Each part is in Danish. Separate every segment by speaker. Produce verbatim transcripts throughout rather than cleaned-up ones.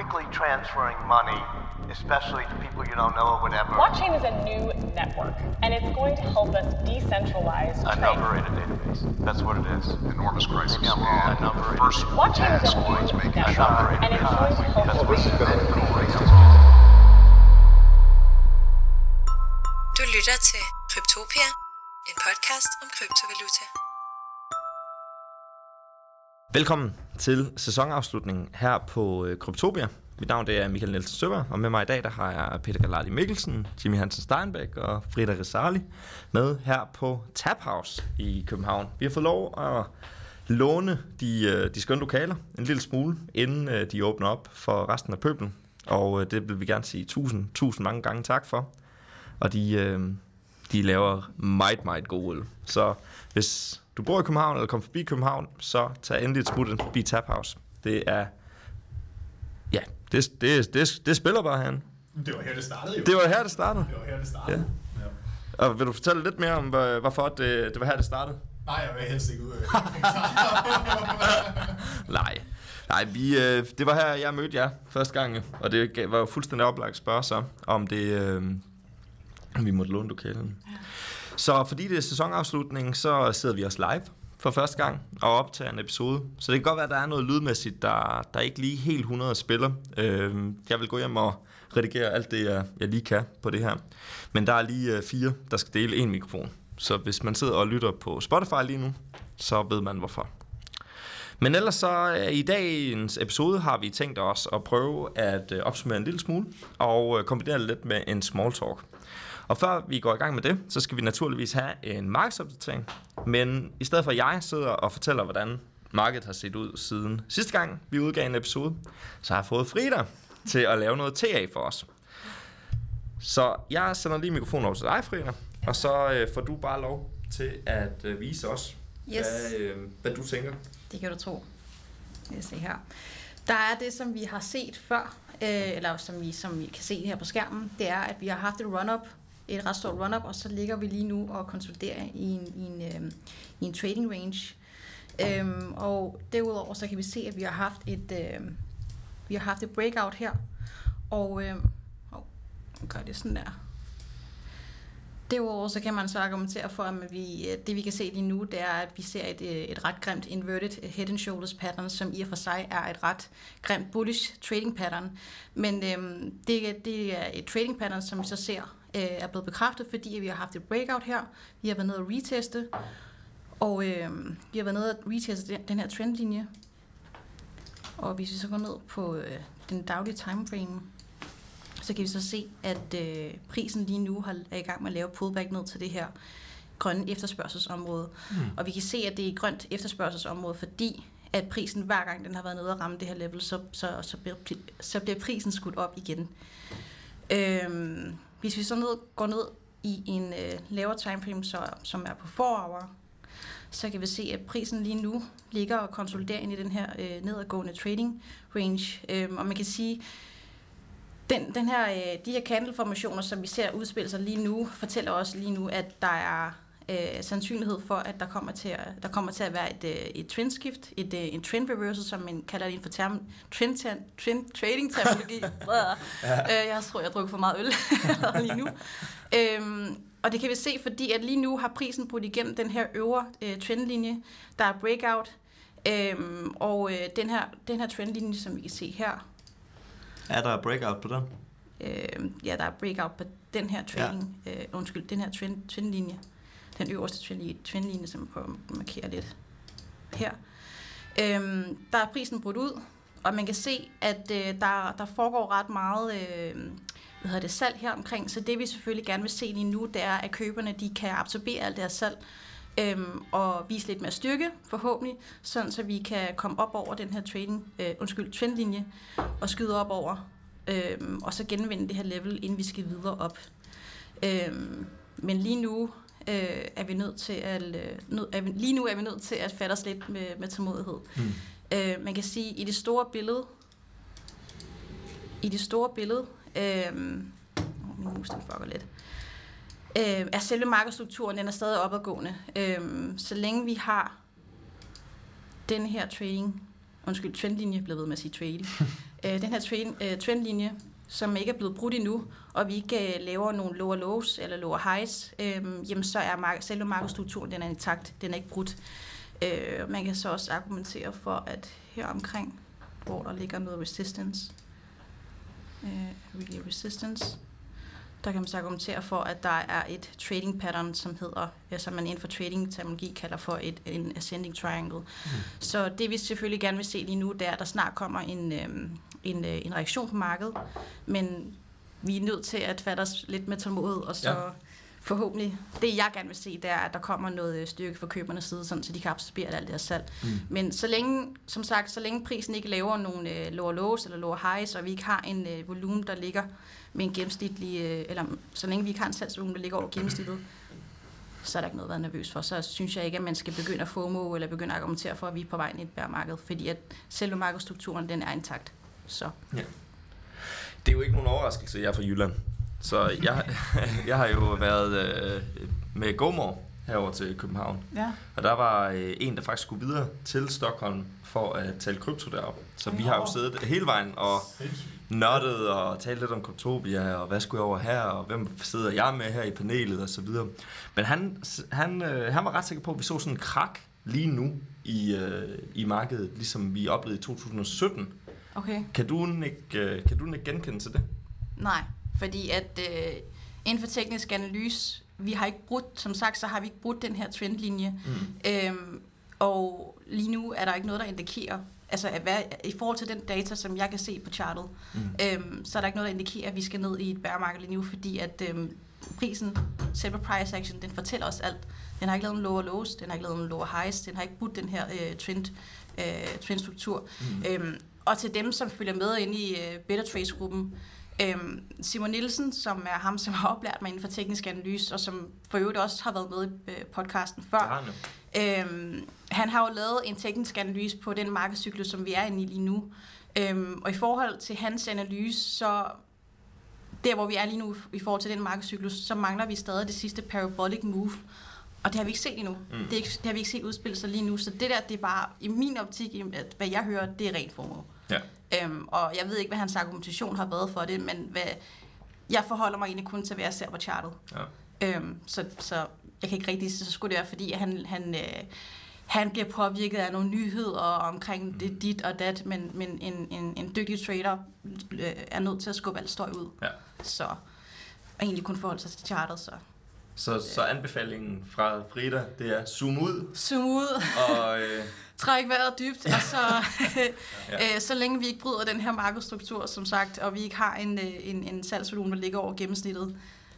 Speaker 1: quickly transferring money, especially to people you don't know or whatever.
Speaker 2: Blockchain is a new network, and it's going to help us decentralize
Speaker 1: A
Speaker 2: trade.
Speaker 1: number-rated database. That's what it is.
Speaker 3: Enormous crisis.
Speaker 1: Maybe I'm wrong.
Speaker 3: And
Speaker 1: A number-rated
Speaker 3: first
Speaker 2: Blockchain is
Speaker 3: task
Speaker 2: a
Speaker 3: was
Speaker 2: new
Speaker 3: making
Speaker 2: network,
Speaker 3: sure
Speaker 2: and it's going to help
Speaker 1: That's
Speaker 2: us.
Speaker 1: what it's going to
Speaker 4: Du lytter til Kryptopia, en podcast om kryptovaluta.
Speaker 5: Velkommen til sæsonafslutningen her på øh, Kryptopia. Mit navn det er Michael Nielsen Søber, og med mig i dag der har jeg Peter Gallardi Mikkelsen, Jimmy Hansen Steinbeck og Frida Rizali med her på Tap House i København. Vi har fået lov at låne de, øh, de skønne lokaler en lille smule, inden øh, de åbner op for resten af pøblen. Og øh, det vil vi gerne sige tusind, tusind mange gange tak for. Og de, øh, de laver meget, meget god øl. Så hvis du bor i København eller kommer forbi København, så tag endelig et smut ind forbi Tap House. Det er, ja, det, det, det, det spiller bare herinde.
Speaker 6: Det var her, det startede jo.
Speaker 5: Det var her, det startede.
Speaker 6: Det var her, det startede.
Speaker 5: Ja.
Speaker 6: Ja.
Speaker 5: Og vil du fortælle lidt mere om, hvorfor det, det var her, det startede?
Speaker 6: Nej, jeg vil helst ikke ud af
Speaker 5: Nej. Nej, vi, øh, det var her, jeg mødte jer første gang, og det var jo fuldstændig oplagt at spørge så, om det, øh, om vi måtte låne lokalen. Ja. Så fordi det er sæsonafslutning, så sidder vi også live for første gang og optager en episode. Så det kan godt være, at der er noget lydmæssigt, der, der ikke lige helt hundrede spiller. Øh, jeg vil gå hjem og redigere alt det, jeg, jeg lige kan på det her. Men der er lige øh, fire, der skal dele en mikrofon. Så hvis man sidder og lytter på Spotify lige nu, så ved man hvorfor. Men ellers så øh, i dagens episode har vi tænkt os at prøve at øh, opsummere en lille smule og øh, kombinere det lidt med en small talk. Og før vi går i gang med det, så skal vi naturligvis have en markedsopdatering. Men i stedet for at jeg sidder og fortæller, hvordan markedet har set ud siden sidste gang, vi udgav en episode, så har jeg fået Frida til at lave noget T A for os. Så jeg sender lige mikrofonen over til dig, Frida, og så øh, får du bare lov til at øh, vise os,
Speaker 7: Yes.
Speaker 5: hvad, øh, hvad du tænker.
Speaker 7: Det kan du tro. Jeg se her. Der er det, som vi har set før, øh, eller som vi, som vi kan se her på skærmen, det er, at vi har haft et run-up, et ret stort run-up, og så ligger vi lige nu og konsoliderer i en, i en, øh, i en trading range. Øhm, og derudover så kan vi se, at vi har haft et, øh, vi har haft et breakout her, og øh, oh, gør det sådan der. Derudover så kan man så argumentere for, at vi, det vi kan se lige nu, det er, at vi ser et, et ret grimt inverted head and shoulders pattern, som i og for sig er et ret grimt bullish trading pattern. Men øhm, det, det er et trading pattern, som vi så ser øh, er blevet bekræftet, fordi vi har haft et breakout her. Vi har været nede og reteste, og øh, vi har været nede og reteste den, den her trendlinje. Og hvis vi så går ned på øh, den daglige timeframe, så kan vi så se, at øh, prisen lige nu er i gang med at lave pullback ned til det her grønne efterspørgselsområde. Mm. Og vi kan se, at det er et grønt efterspørgselsområde, fordi at prisen hver gang den har været nede og ramme det her level, så, så, så, bliver, så bliver prisen skudt op igen. Øhm, hvis vi så ned, går ned i en øh, lavere timeframe, så, som er på four hour, så kan vi se, at prisen lige nu ligger og konsoliderer ind i den her øh, nedadgående trading range. Øhm, og man kan sige, Den, den her, de her candle-formationer, som vi ser udspille sig lige nu, fortæller også lige nu, at der er øh, sandsynlighed for, at der kommer til at, der kommer til at være et, et trendskift, et, en trend reversal, som man kalder det inden for term, trend, trend trading-terminologi. ja. Jeg tror, jeg drukker for meget øl lige nu. øhm, og det kan vi se, fordi at lige nu har prisen brudt igennem den her øvre øh, trendlinje. Der er breakout, øhm, og øh, den, her, den her trendlinje, som vi kan se her,
Speaker 5: Er der breakout på den?
Speaker 7: Øh, ja, der er breakout på den her trading, ja. øh, undskyld, den her trend, trendlinje, den øverste trendlinje, trendlinje, som jeg prøver at markere lidt her. Øh, der er prisen brudt ud, og man kan se, at øh, der, der foregår ret meget øh, hvad hedder det, salg her omkring, så det vi selvfølgelig gerne vil se lige nu, det er, at køberne de kan absorbere alt det her salg, Øhm, og vise lidt mere styrke, forhåbentlig, sådan så vi kan komme op over den her trading, øh, undskyld, trendlinje, og skyde op over, øhm, og så genvinde det her level, inden vi skal videre op. Øhm, men lige nu øh, er vi nødt til at, øh, nød, er vi, lige nu er vi nødt til at fatte os lidt med, med tålmodighed. Mm. Øh, man kan sige, i det store billede, i det store billede, øh, min mus den fucker lidt. Øh, er selve markedsstrukturen, den er stadig opadgående. Øh, så længe vi har den her trading, undskyld, trendlinje, blev ved med at sige trade. øh, den her trend, øh, trendlinje, som ikke er blevet brudt endnu, og vi ikke øh, laver nogle lower lows eller lower highs, øh, jamen så er mark- selve markedsstrukturen, den er intakt, den er ikke brudt. Øh, man kan så også argumentere for, at her omkring, hvor der ligger noget resistance, øh, really resistance, der kan man så argumentere for, at der er et trading pattern, som hedder, ja, som man inden for trading-terminologi kalder for et, en ascending triangle. Mm. Så det vi selvfølgelig gerne vil se lige nu, det er, at der snart kommer en, øhm, en, øh, en reaktion på markedet, men vi er nødt til at fatte os lidt med tålmodighed, og så ja. forhåbentlig, det jeg gerne vil se, det er, at der kommer noget styrke fra købernes side, sådan, så de kan absorbere alt det her salg. Mm. Men så længe, som sagt, så længe prisen ikke laver nogle øh, lower lows eller lower highs, og vi ikke har en øh, volumen, der ligger med en gennemsnitlig, øh, eller så længe vi ikke har en salgsvolumen, der ligger over gennemsnittet, så er der ikke noget at være nervøs for. Så synes jeg ikke, at man skal begynde at FOMO eller begynde at argumentere for, at vi er på vej ind i et bærmarked, fordi at selve markedsstrukturen, den er intakt. Så. Ja.
Speaker 5: Det er jo ikke nogen overraskelse, jeg er fra Jylland. Så jeg, jeg har jo været øh, med GoMore herover til København. Ja. Og der var øh, en, der faktisk skulle videre til Stockholm for at tale krypto deroppe. Så vi har jo siddet hele vejen og nørdet og talt lidt om Kryptopia, og hvad skulle jeg over her, og hvem sidder jeg med her i panelet, og så videre. Men han, han, øh, han var ret sikker på, at vi så sådan en krak lige nu i, øh, i markedet, ligesom vi oplevede i to tusind og sytten. Okay. Kan du ikke, øh, kan du ikke genkende til det?
Speaker 7: Nej, fordi at øh, inden for teknisk analyse, vi har ikke brudt, som sagt, så har vi ikke brudt den her trendlinje. Mm. Øhm, og lige nu er der ikke noget, der indikerer, altså at hvad, i forhold til den data, som jeg kan se på chartet, mm. øhm, så er der ikke noget, der indikerer, at vi skal ned i et bæremarked lige nu, fordi at øhm, prisen, selve price action, den fortæller os alt. Den har ikke lavet en lower lows, den har ikke lavet en lower highs, den har ikke brudt den her øh, trend, øh, trendstruktur. Mm. Øhm, og til dem, som følger med ind i øh, Better Trades-gruppen, Øhm, Simon Nielsen, som er ham, som har oplært mig inden for teknisk analyse, og som for øvrigt også har været med i øh, podcasten før. Øhm, han har jo lavet en teknisk analyse på den markedscyklus, som vi er inde i lige nu. Øhm, og i forhold til hans analyse, så der hvor vi er lige nu i forhold til den markedscyklus, så mangler vi stadig det sidste parabolic move. Og det har vi ikke set endnu. Mm. Det, er ikke, det har vi ikke set udspille sig lige nu. Så det der, det er bare, i min optik, at hvad jeg hører, det er rent FOMO. Ja. Øhm, og jeg ved ikke, hvad hans argumentation har været for det, men hvad, jeg forholder mig egentlig kun til, hvad jeg ser på chartet. Ja. Øhm, så, så jeg kan ikke rigtig, så skulle det være, fordi han, han, øh, han bliver påvirket af nogle nyheder omkring mm. det dit og dat, men, men en, en, en dygtig trader øh, er nødt til at skubbe alt støj ud. Ja. Så og egentlig kun forholde sig til chartet, så...
Speaker 5: Så, så anbefalingen fra Frida, det er zoom ud.
Speaker 7: Zoom ud.
Speaker 5: Og... Øh,
Speaker 7: træk vejret dybt, og så, ja. øh, så længe vi ikke bryder den her markedsstruktur, som sagt, og vi ikke har en, en, en salgsvolumen, der ligger over gennemsnittet,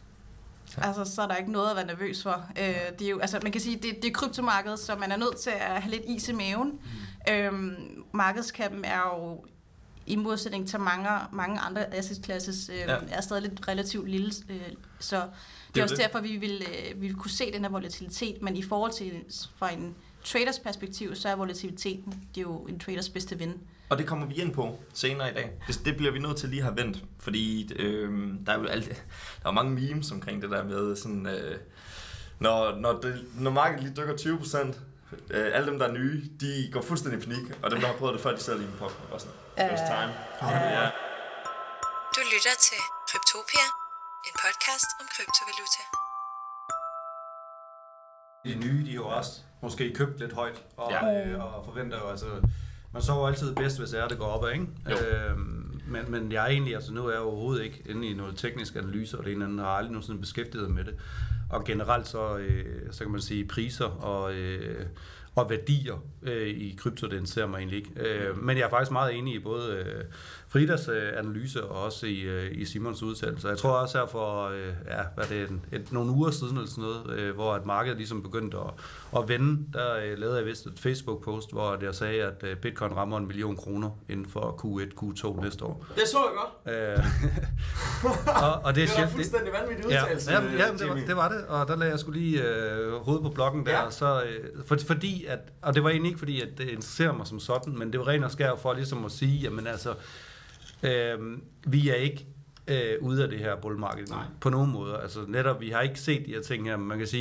Speaker 7: ja. altså, så er der ikke noget at være nervøs for. Øh, det er jo, altså, man kan sige, det, det er kryptomarkedet, så man er nødt til at have lidt is i maven. Mm. Øhm, markedskappen er jo, i modsætning til mange, mange andre asset classes, øh, ja. er stadig lidt relativt lille, øh, så det er, det er også det. Derfor, vi vil, øh, vi vil kunne se den her volatilitet, men i forhold til fra en traders perspektiv, så er volatiliteten, det er jo en traders bedste ven.
Speaker 5: Og det kommer vi ind på senere i dag. Det, det bliver vi nødt til lige at have vendt, fordi øh, der er jo alt, der er mange memes omkring det der med sådan, øh, når, når, det, når markedet lige dykker tyve procent, øh, alle dem der er nye, de går fuldstændig i panik, og dem der har prøvet det før, de sidder lige på og sådan, first time. Uh, ja.
Speaker 4: Du lytter til Kryptopia, en podcast om kryptovaluta.
Speaker 3: De nye, de er jo også måske købt lidt højt, og, ja. øh, og forventer jo, altså, man sover altid bedst, hvis det går op, ikke? Øhm, men, men jeg er egentlig, altså nu er jeg overhovedet ikke inde i noget teknisk analyse, og det ene andet har aldrig nogensinde beskæftiget med det. Og generelt så, øh, så kan man sige, priser og, øh, og værdier øh, i krypto, den ser mig egentlig ikke. Øh, men jeg er faktisk meget enig i både øh, Fridas øh, analyse og også i, øh, i Simons udtalelse. Jeg tror også her for øh, ja, hvad det er, et, et, nogle uger siden eller sådan noget, øh, hvor at markedet ligesom begyndte at, at vende, der øh, lavede jeg vist et Facebook-post, hvor jeg sagde, at øh, Bitcoin rammer en million kroner inden for Q et, Q to næste år.
Speaker 5: Det så jeg godt. Øh,
Speaker 3: og, og det,
Speaker 5: det var fuldstændig vanvittigt udtalelse.
Speaker 3: Ja, jamen, jamen, det, var, det var det, og der lagde jeg skulle lige øh, hovedet på blokken der, ja. så, øh, for, fordi at, og det var egentlig ikke fordi, at det interesserer mig som sådan, men det var ren og skær for ligesom at sige, jamen altså, øh, vi er ikke øh, ude af det her bullmarked på nogen måde. Altså netop, vi har ikke set de her ting her, men man kan sige,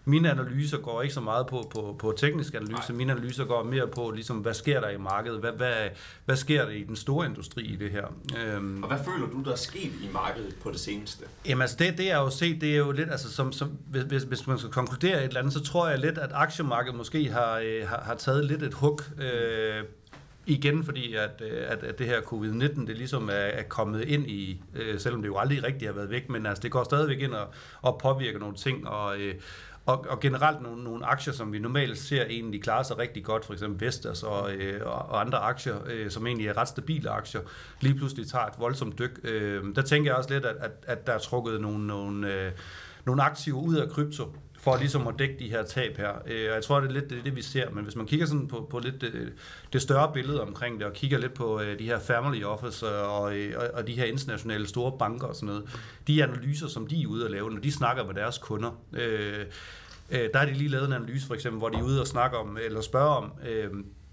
Speaker 3: mine analyser går ikke så meget på, på, på teknisk analyse. Mine analyser går mere på, ligesom, hvad sker der i markedet? Hvad, hvad, hvad sker der i den store industri i det her? Øhm,
Speaker 5: og hvad føler du, der er sket i markedet på det seneste?
Speaker 3: Jamen altså, det, det jeg jo set, det er jo lidt, altså, som, som, hvis, hvis man skal konkludere et eller andet, så tror jeg lidt, at aktiemarkedet måske har, øh, har, har taget lidt et hug, øh, igen, fordi at, at, at det her covid nitten, det ligesom er, er kommet ind i, øh, selvom det jo aldrig rigtig har været væk, men altså, det går stadigvæk ind og, og påvirker nogle ting, og, øh, og, og generelt nogle, nogle aktier, som vi normalt ser egentlig klarer sig rigtig godt, for eksempel Vestas og, øh, og andre aktier, øh, som egentlig er ret stabile aktier, lige pludselig tager et voldsomt dyk. Øh, der tænker jeg også lidt, at, at, at der er trukket nogle, nogle, øh, nogle aktiver ud af krypto, for ligesom at dække de her tab her. Og jeg tror, det er lidt det, det vi ser, men hvis man kigger sådan på, på lidt det, det større billede omkring det, og kigger lidt på de her family office og, og, og de her internationale store banker og sådan noget, de analyser, som de er ude at lave, når de snakker med deres kunder, øh, øh, der har de lige lavet en analyse, for eksempel, hvor de er ude og snakker om, eller spørger om, øh,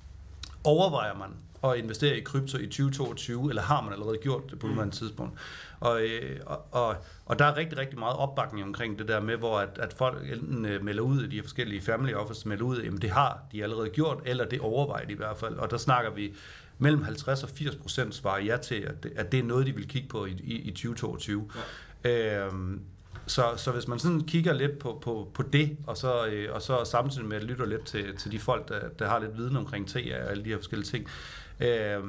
Speaker 3: overvejer man at investere i krypto i tyve toogtyve, eller har man allerede gjort det på nuværende tidspunkt? Og, og, og, og der er rigtig, rigtig meget opbakning omkring det der med, hvor at, at folk enten melder ud, de her forskellige family office melder ud, jamen det har de allerede gjort, eller det overvejer de i hvert fald. Og der snakker vi mellem halvtreds og firs procent svarer ja til, at det, at det er noget, de vil kigge på i, i, i tyve toogtyve. Ja. Øhm, Så, så hvis man sådan kigger lidt på, på, på det, og så, øh, og så samtidig med at lytte lidt til, til de folk, der, der har lidt viden omkring T A og alle de her forskellige ting, øh,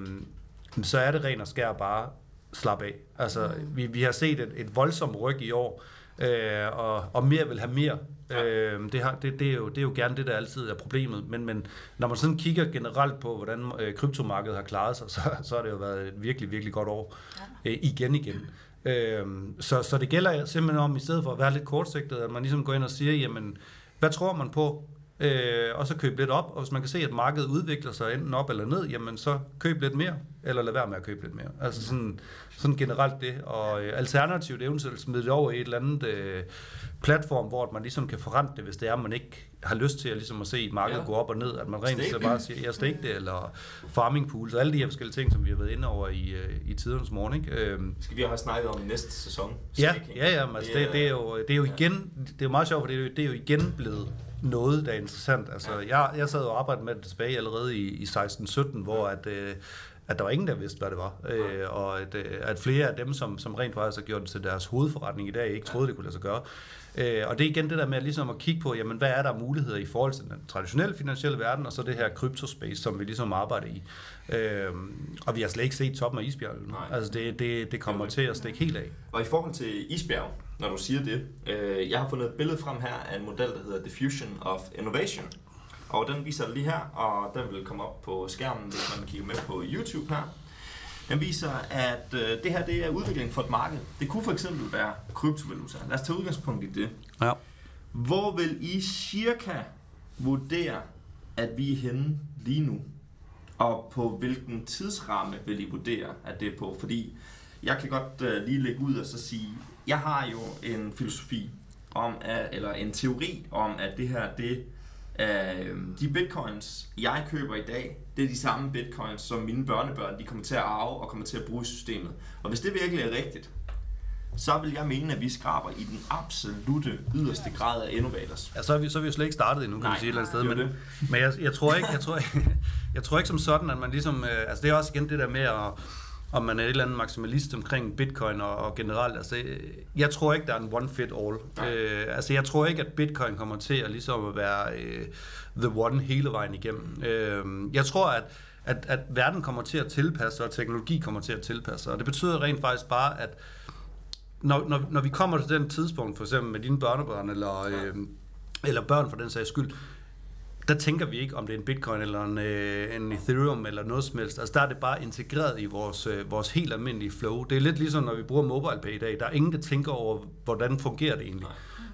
Speaker 3: så er det ren og skær bare slap af. Altså, vi, vi har set et, et voldsomt ryg i år, øh, og, og mere vil have mere. Øh, det, har, det, det, er jo, det er jo gerne det, der altid er problemet. Men, men når man sådan kigger generelt på, hvordan øh, kryptomarkedet har klaret sig, så, så har det jo været et virkelig, virkelig godt år. Ja. Øh, igen igen. Øhm, så, så det gælder simpelthen om, i stedet for at være lidt kortsigtet, at man ligesom går ind og siger, jamen, hvad tror man på? Øh, og så køb lidt op, og hvis man kan se, at markedet udvikler sig enten op eller ned, jamen så køb lidt mere, eller lad være med at købe lidt mere. Altså sådan, sådan generelt det, og øh, alternativt eventuelt smide det over i et eller andet øh, platform, hvor man ligesom kan forrente det, hvis det er, man ikke har lyst til at, ligesom at se markedet ja. gå op og ned, at man rent så bare siger, jeg stake det, eller farming pools, og alle de her forskellige ting, som vi har været inde over i, øh, i tidernes morgen. Ikke? Øh,
Speaker 5: Skal vi have snakket om næste sæson?
Speaker 3: Ja, ja, ja, men altså, det, det, er jo, det er jo igen, det er jo meget sjovt, for det er jo, det er jo igen blevet noget, der er interessant. Altså, jeg, jeg sad og arbejdede med det tilbage allerede i, i seksten sytten, hvor at, øh, at der var ingen, der vidste, hvad det var. Øh, og at, at flere af dem, som, som rent faktisk har gjort det til deres hovedforretning i dag, ikke troede, det kunne lade sig gøre. Øh, og det er igen det der med ligesom at kigge på, jamen, hvad er der muligheder i forhold til den traditionelle finansielle verden, og så det her kryptospace, som vi ligesom arbejder i. Øh, og vi har slet ikke set toppen af isbjerget nu. Altså det, det, det kommer til at stikke helt af.
Speaker 5: Og i forhold til isbjerg, når du siger det, øh, jeg har fundet et billede frem her af en model, der hedder Diffusion of Innovation. Og den viser det lige her, og den vil komme op på skærmen, hvis man kigger med på YouTube her. Den viser, at øh, det her det er udvikling for et marked. Det kunne for eksempel være kryptovaluta. Lad os tage udgangspunkt i det.
Speaker 3: Ja.
Speaker 5: Hvor vil I cirka vurdere, at vi er henne lige nu? Og på hvilken tidsramme vil I vurdere, at det er på? Fordi jeg kan godt øh, lige lægge ud og så sige, jeg har jo en filosofi om, at, eller en teori om, at det her, det øh, de bitcoins, jeg køber i dag, det er de samme bitcoins, som mine børnebørn, de kommer til at arve og kommer til at bruge i systemet. Og hvis det virkelig er rigtigt, så vil jeg mene, at vi skraber i den absolute yderste grad af innovators.
Speaker 3: Ja, så er vi, så er vi jo slet ikke startet endnu, kan
Speaker 5: Nej,
Speaker 3: man sige et eller andet sted.
Speaker 5: det
Speaker 3: Men,
Speaker 5: det.
Speaker 3: men jeg, jeg, tror ikke, jeg, tror ikke, jeg tror ikke som sådan, at man ligesom... Øh, altså det er også igen det der med, at, om man er et eller andet maksimalist omkring bitcoin og, og generelt. Altså, jeg tror ikke, der er en one fit all. Øh, altså jeg tror ikke, at bitcoin kommer til at, ligesom at være øh, the one hele vejen igennem. Øh, jeg tror, at At, at verden kommer til at tilpasse sig, og teknologi kommer til at tilpasse sig. Og det betyder rent faktisk bare, at når, når, når vi kommer til den tidspunkt, for eksempel med dine børnebørn, eller, øh, eller børn for den sags skyld, der tænker vi ikke, om det er en bitcoin, eller en, øh, en ethereum, eller noget som helst. Altså der er det bare integreret i vores, øh, vores helt almindelige flow. Det er lidt ligesom, når vi bruger MobilePay i dag. Der er ingen, der tænker over, hvordan fungerer det egentlig.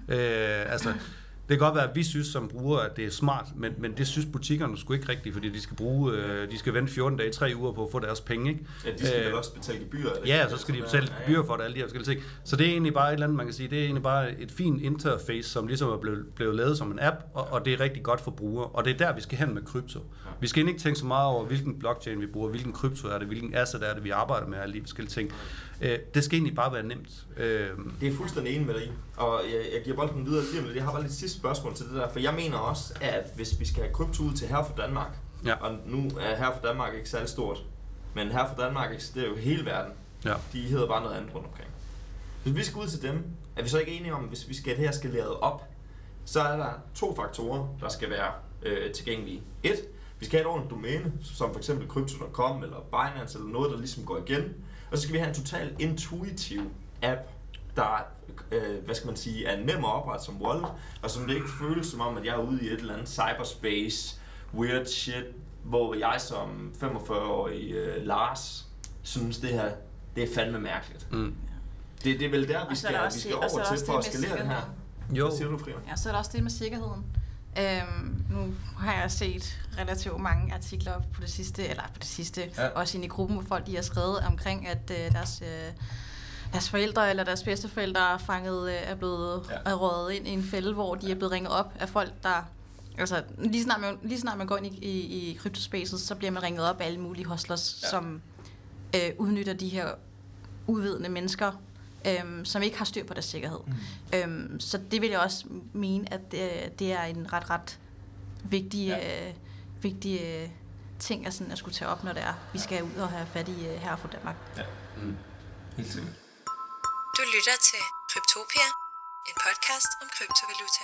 Speaker 3: Øh, altså... Det kan godt være, at vi synes som brugere, at det er smart, men, men det synes butikkerne sgu ikke rigtigt, fordi de skal bruge, øh, de skal vente fjorten dage, tre uger på at få deres penge, ikke?
Speaker 5: Ja, de skal øh, også betale gebyrer.
Speaker 3: Ja, så skal de betale gebyrer for det, alle de her forskellige ting. Så det er egentlig bare et eller andet, man kan sige, det er egentlig bare et fint interface, som ligesom er blevet, blevet lavet som en app, og, og det er rigtig godt for brugere. Og det er der, vi skal hen med krypto. Vi skal ikke tænke så meget over, hvilken blockchain vi bruger, hvilken krypto er det, hvilken asset er det, vi arbejder med, alle de forskellige ting. Øh, det skal egentlig bare være nemt. Øh,
Speaker 5: det er fuldstændig enig med dig i. Og jeg, jeg giver bolden videre lige om lidt. Jeg har bare lidt sidste spørgsmål til det der, for jeg mener også, at hvis vi skal have krypto ud til her for Danmark, ja. og nu er her for Danmark ikke særlig stort, men her for Danmark eksisterer jo hele verden. Ja. De hedder bare noget andet rundt omkring. Hvis vi skal ud til dem, er vi så ikke enige om, at hvis vi skal det her skaleret op, så er der to faktorer, der skal være øh, tilgængelige. Et, vi skal have et ordentligt domæne, som for eksempel crypto punktum com eller Binance eller noget, der ligesom går igen. Og så skal vi have en totalt intuitiv app, der øh, hvad skal man sige, er nem at oprette som wallet, og som det ikke føles som om, at jeg er ude i et eller andet cyberspace, weird shit, hvor jeg som femogfyrre-årig øh, Lars synes, det her det er fandme mærkeligt. Mm. Det, det er vel der, vi skal, vi skal over til for at skalere det her.
Speaker 7: Jo. Hvad siger du, Frida? Ja, så er der også det med sikkerheden. Øhm, nu har jeg set relativt mange artikler på det sidste, eller på det sidste, ja. Også inde i gruppen, hvor folk de har skrevet omkring, at øh, deres, øh, deres forældre eller deres bedsteforældre er, fanget, øh, er blevet ja. røget ind i en fælde, hvor de er blevet ringet op af folk, der... Altså, lige snart man, lige snart man går ind i, i, i kryptospacet, så bliver man ringet op af alle mulige hustlers, ja. som øh, udnytter de her uvidende mennesker, Øhm, som ikke har styr på deres sikkerhed. Mm. Øhm, så det vil jeg også mene, at det, det er en ret, ret vigtig, ja. øh, vigtig øh, ting at, sådan, at skulle tage op, når det er, vi skal ud og have fat i øh, her fra Danmark. Ja. Mm.
Speaker 5: Helt sikkert.
Speaker 4: Du lytter til Kryptopia, en podcast om kryptovaluta.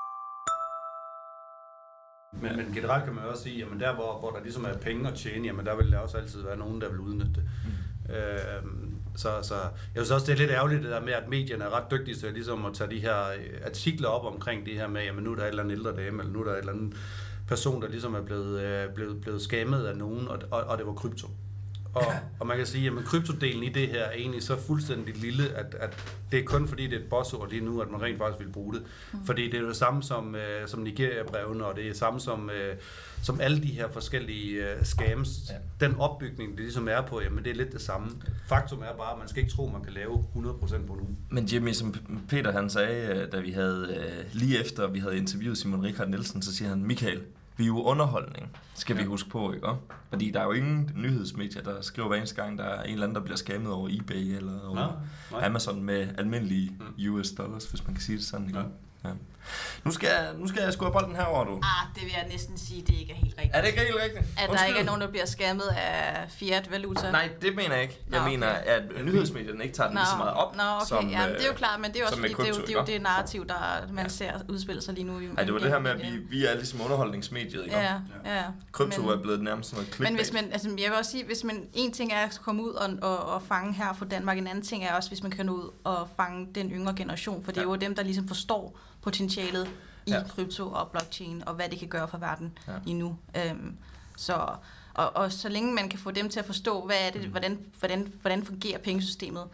Speaker 3: Men, men generelt kan man også sige, at der hvor, hvor der ligesom er penge at tjene, jamen der vil der også altid være nogen, der vil udnytte det. Mm. Øhm, så, så jeg synes også, det er lidt ærgerligt det der med, at medierne er ret dygtige til ligesom at tage de her artikler op omkring det her med, jamen nu er der et eller andet ældre dame, eller nu er der et eller andet person, der ligesom er blevet, blevet, blevet skammet af nogen, og, og, og det var krypto. Og, og man kan sige, at kryptodelen i det her er egentlig så fuldstændig lille, at, at det er kun fordi, det er et bossord lige nu, at man rent faktisk vil bruge det. Mm. Fordi det er det samme som, øh, som Nigeria-brevene, og det er det samme som, øh, som alle de her forskellige øh, scams. Ja. Den opbygning, det ligesom er på, jamen det er lidt det samme. Faktum er bare, at man skal ikke tro, at man kan lave hundrede procent på nu.
Speaker 5: Men Jimmy, som Peter han sagde, da vi havde, lige efter vi havde interviewet Simon Richard Nielsen, så siger han, Michael, vi er jo underholdning, skal ja. vi huske på, ikke? Fordi der er jo ingen nyhedsmedier, der skriver hver eneste gang, der er en eller anden, der bliver skammet over eBay eller over no, Amazon med almindelige mm. U S dollars, hvis man kan sige det sådan, ikke? Ja. Ja. Nu skal jeg, nu skal jeg score bolden herovre, du.
Speaker 7: Ah, det vil jeg næsten sige, det ikke er helt rigtigt.
Speaker 5: Er det ikke helt rigtigt?
Speaker 7: At Undskyld. Der ikke er nogen, der bliver skammet af fiat-valuta?
Speaker 5: Nej, det mener jeg ikke. Jeg Nå, okay. mener, at nyhedsmedierne ikke tager den Nå, lige så meget op.
Speaker 7: Nå, okay. Som, ja, det er jo klart, men det er jo også fordi, det er jo, det er jo det narrativ, der man ser udspille sig lige nu.
Speaker 5: Nej, det var det her med, at vi, vi er ligesom underholdningsmediet, ikke?
Speaker 7: Ja, ja.
Speaker 5: Krypto er blevet nærmest sådan noget clickbait.
Speaker 7: Men hvis man, altså, jeg vil også sige, hvis man, en ting er at komme ud og, og, og fange her for Danmark, en anden ting er også, hvis man kan nå ud og fange den yngre generation, for det er jo dem, der ligesom forstår potentialet i ja. krypto og blockchain, og hvad det kan gøre for verden ja. lige nu. Øhm, så, og, og så længe man kan få dem til at forstå, hvad er det, mm. hvordan, hvordan, hvordan fungerer pengesystemet,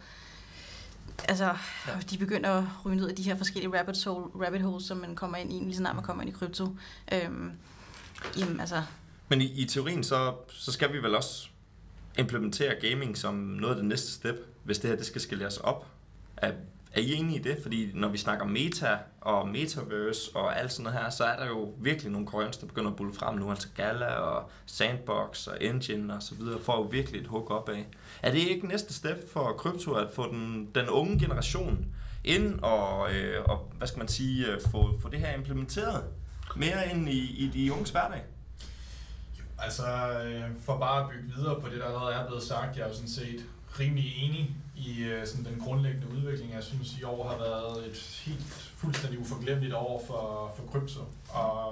Speaker 7: altså, ja. de begynder at ryge ned i de her forskellige rabbit, hole, rabbit holes, som man kommer ind i, lige snart man kommer ind i krypto. Øhm, jamen, altså...
Speaker 5: Men i, i teorien, så, så skal vi vel også implementere gaming som noget af det næste step, hvis det her det skal skaleres op. Er, er I enige i det? Fordi når vi snakker meta og metaverse og alt sådan noget her, så er der jo virkelig nogle konkurrenter, der begynder at bulle frem nu, altså Gala og Sandbox og Engine og så videre, for at virkelig et hook op af. Er det ikke næste step for krypto at få den, den unge generation ind og, øh, og hvad skal man sige, få, få det her implementeret mere ind i, i de unges hverdag?
Speaker 6: Altså, for bare at bygge videre på det, der allerede er blevet sagt, jeg er jo sådan set rimelig enig i sådan den grundlæggende udvikling. Jeg synes, i år har været et helt fuldstændig uforglemmeligt år for, for krypto, og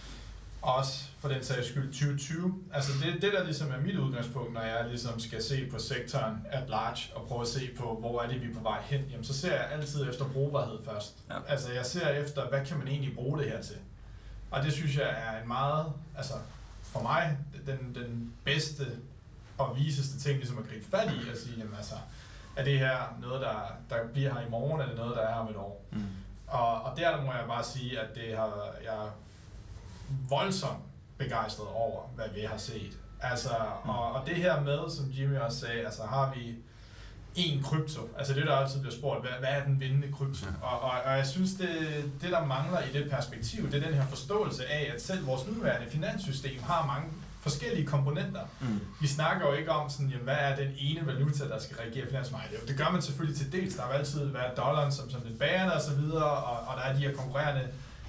Speaker 6: også for den sags skyld tyve tyve. Altså det, det der ligesom er mit udgangspunkt, når jeg ligesom skal se på sektoren at large og prøve at se på, hvor er det, vi er på vej hen, jamen så ser jeg altid efter brugbarhed først. Ja. Altså jeg ser efter, hvad kan man egentlig bruge det her til? Og det synes jeg er en meget, altså for mig, den, den bedste og viseste ting, ligesom at gribe fat i, at sige, jamen altså, er det her noget, der, der bliver her i morgen, eller er det noget, der er om et år? Mm. Og, og der må jeg bare sige, at det har, jeg er voldsomt begejstret over, hvad vi har set. Altså, mm. og, og det her med, som Jimmy også sagde, altså har vi en krypto, altså det der altid bliver spurgt, hvad, hvad er den vindende krypto? Ja. Og, og, og jeg synes, det, det der mangler i det perspektiv, det er den her forståelse af, at selv vores nuværende finanssystem har mange forskellige komponenter. Mm. Vi snakker jo ikke om, sådan, jamen, hvad er den ene valuta, der skal reagere finansmarkedet. Det gør man selvfølgelig til dels. Der har altid været dollaren som, som den bærende og så videre, og, og der er de her konkurrerende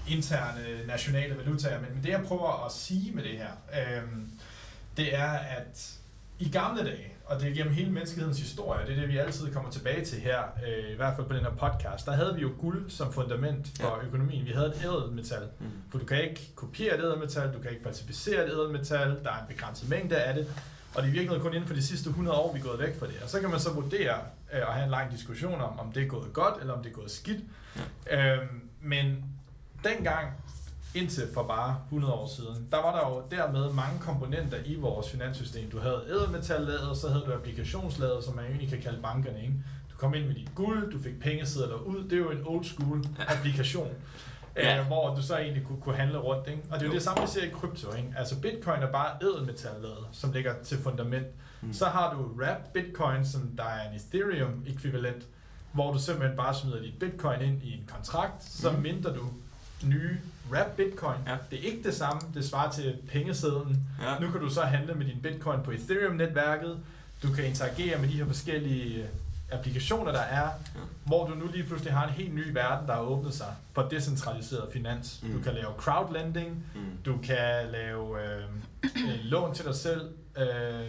Speaker 6: interne nationale valutaer. Men, men det, jeg prøver at sige med det her, øh, det er, at i gamle dage, og det er gennem hele menneskehedens historie, det er det, vi altid kommer tilbage til her, øh, i hvert fald på den her podcast, der havde vi jo guld som fundament for ja. økonomien. Vi havde et ædelmetal, mm. for du kan ikke kopiere et ædelmetal, du kan ikke falsificere et ædelmetal, der er en begrænset mængde af det, og det er virkelig kun inden for de sidste hundrede år, vi er gået væk fra det. Og så kan man så vurdere øh, og have en lang diskussion om, om det er gået godt, eller om det er gået skidt. Ja. Øh, men dengang, indtil for bare hundrede år siden, der var der jo dermed mange komponenter i vores finanssystem. Du havde ædelmetallaget, så havde du applikationslaget, som man egentlig kan kalde bankerne. Ikke? Du kom ind med dit guld, du fik pengesedler ud. Det er jo en old school applikation, ja. øh, hvor du så egentlig kunne, kunne handle rundt. Ikke? Og det er jo det samme, vi ser i krypto. Ikke? Altså bitcoin er bare ædelmetallaget, som ligger til fundament. Mm. Så har du wrapped bitcoin, som der er en Ethereum-ekvivalent, hvor du simpelthen bare smider dit bitcoin ind i en kontrakt, så mm. mindre du nye wrap bitcoin. Ja. Det er ikke det samme. Det svarer til pengesedlen. Ja. Nu kan du så handle med din bitcoin på Ethereum-netværket. Du kan interagere med de her forskellige applikationer, der er, ja. hvor du nu lige pludselig har en helt ny verden, der har åbnet sig for decentraliseret finans. Mm. Du kan lave crowdlending. Mm. Du kan lave øh, øh, lån til dig selv øh,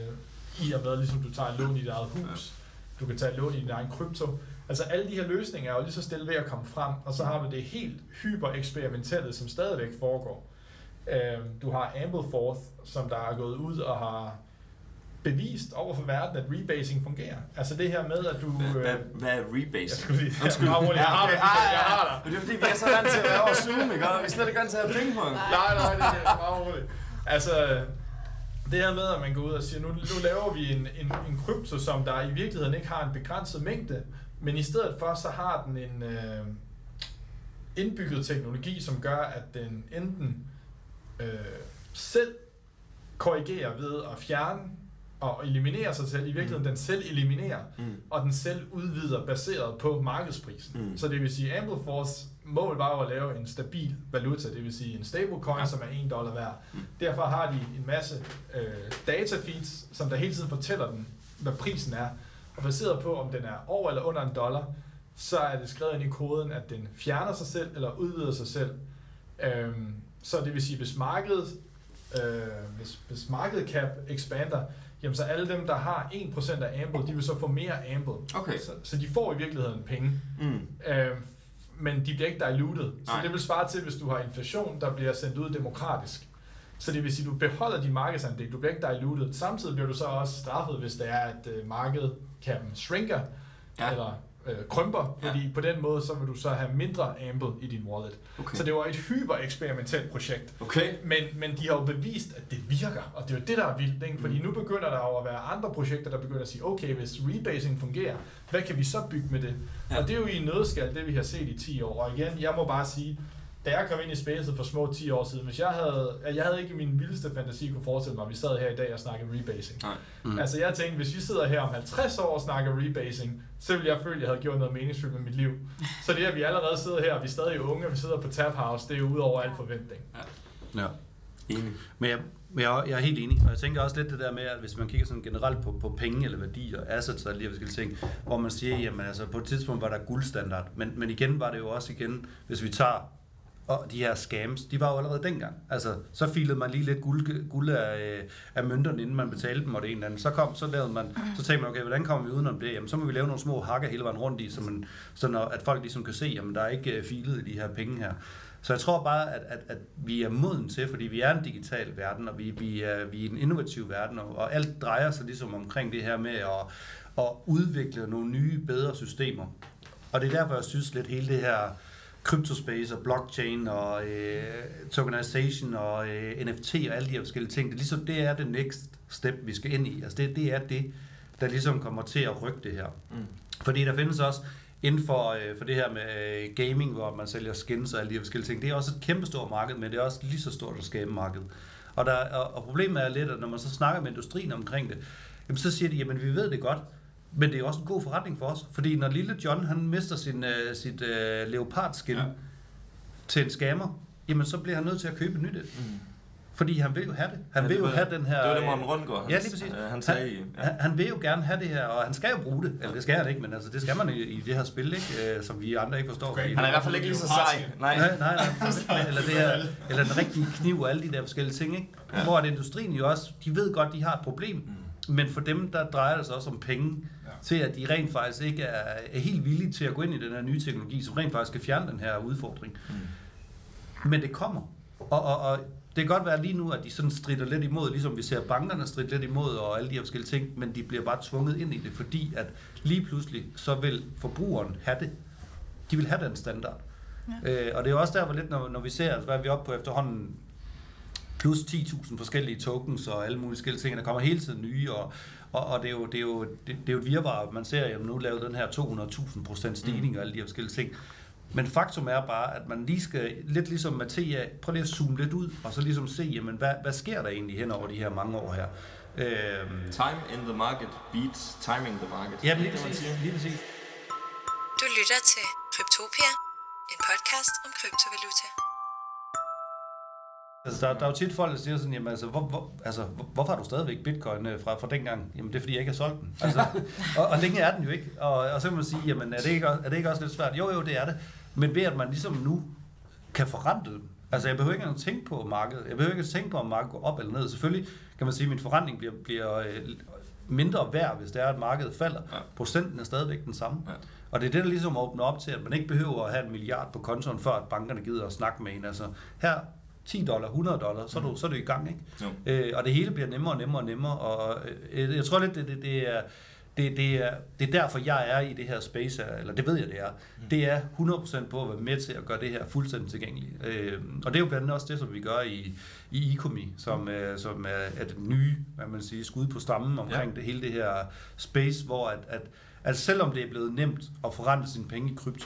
Speaker 6: i at være ligesom du tager lån i dit eget hus. Ja. Du kan tage lån i din egen krypto. Altså alle de her løsninger er jo lige så stille ved at komme frem, og så har du det helt hyper-eksperimentelle, som stadigvæk foregår. Øhm, du har Ampleforth, som der er gået ud og har bevist over for verden, at rebasing fungerer. Altså det her med, at du...
Speaker 8: Hvad, hvad, hvad er rebasing?
Speaker 6: Jeg skulle lige... Jeg, jeg har det, jeg har
Speaker 8: det. Det er fordi, vi er så vant til at være over Zoom, ikke? Og vi er slet ikke vant til at have penge på.
Speaker 6: Nej, nej, det er meget roligt. Altså... Det her med, at man går ud og siger, nu, nu laver vi en, en, en krypto, som der i virkeligheden ikke har en begrænset mængde, men i stedet for, så har den en øh, indbygget teknologi, som gør, at den enten øh, selv korrigerer ved at fjerne og eliminere sig selv. I virkeligheden, mm. den selv eliminerer, mm. og den selv udvider baseret på markedsprisen. Mm. Så det vil sige, Ampleforths mål var at lave en stabil valuta, det vil sige en stablecoin, ja. som er en dollar værd. Mm. Derfor har de en masse øh, datafeeds, som der hele tiden fortæller dem, hvad prisen er. Og baseret på, om den er over eller under en dollar, så er det skrevet ind i koden, at den fjerner sig selv eller udvider sig selv. Øhm, så det vil sige, hvis markedet, øh, hvis, hvis market cap expander, jamen så alle dem, der har en procent af Ample, de vil så få mere Ample. Okay. Så, så de får i virkeligheden penge. Mm. Øhm, men de bliver ikke diluted. Så Nej. det vil svare til, hvis du har inflation, der bliver sendt ud demokratisk. Så det vil sige, at du beholder din markedsandel, du bliver ikke diluted. Samtidig bliver du så også straffet, hvis det er, at uh, markedcapen shrinker, ja. eller øh, krymper, fordi ja. på den måde, så vil du så have mindre Ample i din wallet. Okay. Så det var et hyper-eksperimentelt projekt. Okay. Men, men de har jo bevist, at det virker, og det er jo det, der er vildt, ikke? Fordi mm. nu begynder der jo at være andre projekter, der begynder at sige, okay, hvis rebasing fungerer, hvad kan vi så bygge med det? Ja. Og det er jo i en nødskal, det vi har set i ti år. Og igen, jeg må bare sige, da jeg kom ind i spacet for små ti år siden, hvis jeg havde, jeg havde ikke min vildeste fantasi kunne forestille mig, at vi sad her i dag og snakkede rebasing. Mm. Altså jeg tænkte, hvis vi sidder her om halvtreds år og snakker rebasing, så ville jeg føle, at jeg havde gjort noget meningsfuldt med mit liv. Så det, at vi allerede sidder her, og vi er stadig unge, og vi sidder på Tap House, det er jo ud over al forventning.
Speaker 3: Ja. Ja. Enig. Men jeg, men jeg, jeg er helt enig, og jeg tænker også lidt det der med, at hvis man kigger sådan generelt på, på penge eller værdier, assets og alle de her forskellige ting, hvor man siger, jamen altså på et tidspunkt var der guldstandard, men, men igen var det jo også igen, hvis vi tager og de her scams, de var jo allerede dengang. Altså, så filede man lige lidt guld, guld af, af mønterne, inden man betalte dem, og det ene eller andet. Så kom, så lavede man, så tænkte man, okay, hvordan kommer vi udenom det? Jamen, så må vi lave nogle små hakker hele vejen rundt i, så, man, så når, at folk ligesom kan se, jamen, der er ikke filet i de her penge her. Så jeg tror bare, at, at, at vi er moden til, fordi vi er en digital verden, og vi, vi, er, vi er en innovativ verden, og, og alt drejer sig ligesom omkring det her med at, at udvikle nogle nye, bedre systemer. Og det er derfor, jeg synes lidt hele det her kryptospace og blockchain og øh, tokenization og øh, N F T og alle de her forskellige ting, det, ligesom, det er det next step, vi skal ind i. Altså det, det er det, der ligesom kommer til at rykke det her. Mm. Fordi der findes også inden for, øh, for det her med øh, gaming, hvor man sælger skins og alle de her forskellige ting, det er også et kæmpestort marked, men det er også lige så stort et scam-marked. Og, der, og, og problemet er lidt, at når man så snakker med industrien omkring det, jamen så siger de, jamen vi ved det godt, men det er også en god forretning for os, fordi når lille John han mister sin, uh, sit uh, leopardskin ja. til en scammer, jamen så bliver han nødt til at købe nyt et. Mm. Fordi han vil jo have det. Han
Speaker 5: ja,
Speaker 3: vil jo
Speaker 5: var,
Speaker 3: have den her...
Speaker 5: Det var det, Morten Rundgaard,
Speaker 3: ja, lige præcis.
Speaker 5: Han, han, sagde,
Speaker 3: han,
Speaker 5: ja.
Speaker 3: han, han vil jo gerne have det her, og han skal jo bruge det. Eller det skal han ikke, men altså, det skal man i, i det her spil, ikke? Øh, som vi andre ikke forstår.
Speaker 5: Okay. Han er i hvert fald ikke lige så sej. Nej,
Speaker 3: nej, nej. nej. Eller, det her, eller den rigtige kniv og alle de der forskellige ting, ikke? Ja. Hvor at industrien jo også, de ved godt, de har et problem. Mm. Men for dem, der drejer det sig også om penge, ja. Til at de rent faktisk ikke er, er helt villige til at gå ind i den her nye teknologi, som rent faktisk skal fjerne den her udfordring. Mm. Men det kommer. Og, og, og det kan godt være lige nu, at de sådan strider lidt imod, ligesom vi ser bankerne stride lidt imod og alle de her forskellige ting, men de bliver bare tvunget ind i det, fordi at lige pludselig, så vil forbrugeren have det. De vil have den standard. Ja. Øh, og det er også derfor lidt, når, når vi ser, altså, hvad er vi oppe på efterhånden, plus ti tusind forskellige tokens og alle mulige forskellige ting, der kommer hele tiden nye, og, og, og det, er jo, det, er jo, det, det er jo et virvar, man ser, at nu laver den her to hundrede tusind procent stigning mm. og alle de her forskellige ting. Men faktum er bare, at man lige skal, lidt ligesom med T A, prøv lige at zoome lidt ud, og så ligesom se, jamen, hvad, hvad sker der egentlig hen over de her mange år her? Øhm,
Speaker 5: Time in the market beats timing the market.
Speaker 3: Ja, lige præcis. Lige præcis.
Speaker 4: Du lytter til Kryptopia, en podcast om kryptovaluta.
Speaker 3: Altså, der, der er jo tit folk, der siger sådan, jamen, altså, hvor, hvor, altså, hvor, hvorfor har du stadigvæk bitcoin fra, fra dengang? Jamen, det er, fordi jeg ikke har solgt den. Altså, og, og længe er den jo ikke. Og, og så kan man sige, jamen, er det, ikke, er det ikke også lidt svært? Jo, jo, det er det. Men ved at man ligesom nu kan forrente den. Altså, jeg behøver ikke at tænke på markedet. Jeg behøver ikke at tænke på, om markedet går op eller ned. Selvfølgelig kan man sige, at min forrentning bliver, bliver mindre værd, hvis det er, at markedet falder. Ja. Procenten er stadigvæk den samme. Ja. Og det er det, der ligesom åbner op til, at man ikke behøver at have en milliard på kontoen, før at bankerne gider at snakke med en. Altså, her ti dollar, hundrede dollar, så er du, så er du i gang, ikke? Øh, og det hele bliver nemmere og nemmere og nemmere, og øh, jeg tror lidt, det, det, det, er, det, det, er, det er derfor, jeg er i det her space, eller det ved jeg, det er. Det er hundrede procent på at være med til at gøre det her fuldstændig tilgængeligt. Øh, og det er jo blandt andet også det, som vi gør i, i Ecomi, som, øh, som er, er det nye, hvad man siger, skud på stammen omkring ja. Det hele det her space, hvor at, at, at selvom det er blevet nemt at forrente sine penge i krypto,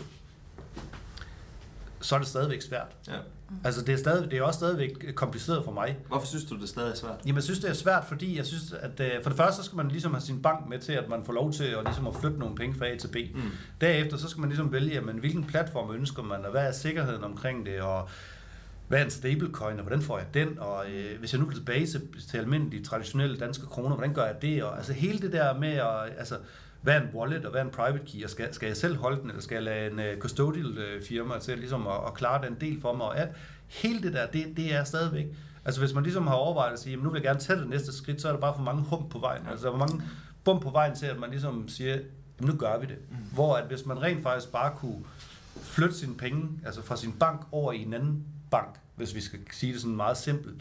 Speaker 3: så er det stadigvæk svært. Ja. Altså det er, stadig, det er også stadigvæk kompliceret for mig.
Speaker 5: Hvorfor synes du, det er stadig svært?
Speaker 3: Jamen jeg synes, det er svært, fordi jeg synes, at for det første, så skal man ligesom have sin bank med til, at man får lov til at, ligesom at flytte nogle penge fra A til B. Mm. Derefter, så skal man ligesom vælge, jamen, hvilken platform ønsker man, og hvad er sikkerheden omkring det, og hvad er en stablecoin, og hvordan får jeg den, og øh, hvis jeg nu vil tilbage til, til almindelige, traditionelle danske kroner, hvordan gør jeg det, og altså hele det der med at, altså, hvad er en wallet, og hvad er en private key, og skal, skal jeg selv holde den, eller skal jeg lade en uh, custodial uh, firma til ligesom at, at klare den del for mig, og at hele det der, det, det er stadigvæk, altså hvis man ligesom har overvejet at sige, jamen nu vil jeg gerne tage det næste skridt, så er der bare for mange hump på vejen, altså hvor mange bump på vejen til, at man ligesom siger, jamen nu gør vi det, mm. hvor at hvis man rent faktisk bare kunne flytte sine penge, altså fra sin bank over i en anden bank, hvis vi skal sige det sådan meget simpelt,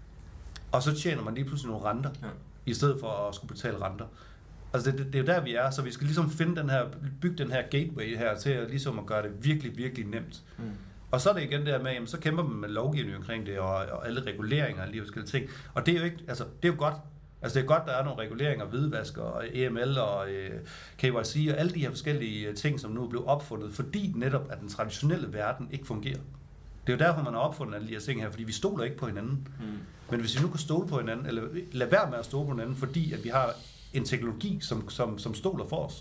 Speaker 3: og så tjener man lige pludselig nogle renter, ja. I stedet for at skulle betale renter. Altså det, det, det er jo der, vi er, så vi skal ligesom finde den her, bygge den her gateway her, til at, ligesom at gøre det virkelig, virkelig nemt. Mm. Og så er det igen der med, jamen, så kæmper man med lovgivning omkring det, og, og alle reguleringer og lige forskellige ting. Og det er jo ikke, altså det er jo godt. Altså det er godt, der er nogle reguleringer, hvidvask og E M L og øh, K Y C og alle de her forskellige ting, som nu er blevet opfundet, fordi netop, at den traditionelle verden ikke fungerer. Det er jo derfor, man har opfundet alle de her ting her, fordi vi stoler ikke på hinanden. Mm. Men hvis vi nu kan stole på hinanden, eller lade være med at stole på hinanden, fordi at vi har en teknologi, som, som, som stoler for os.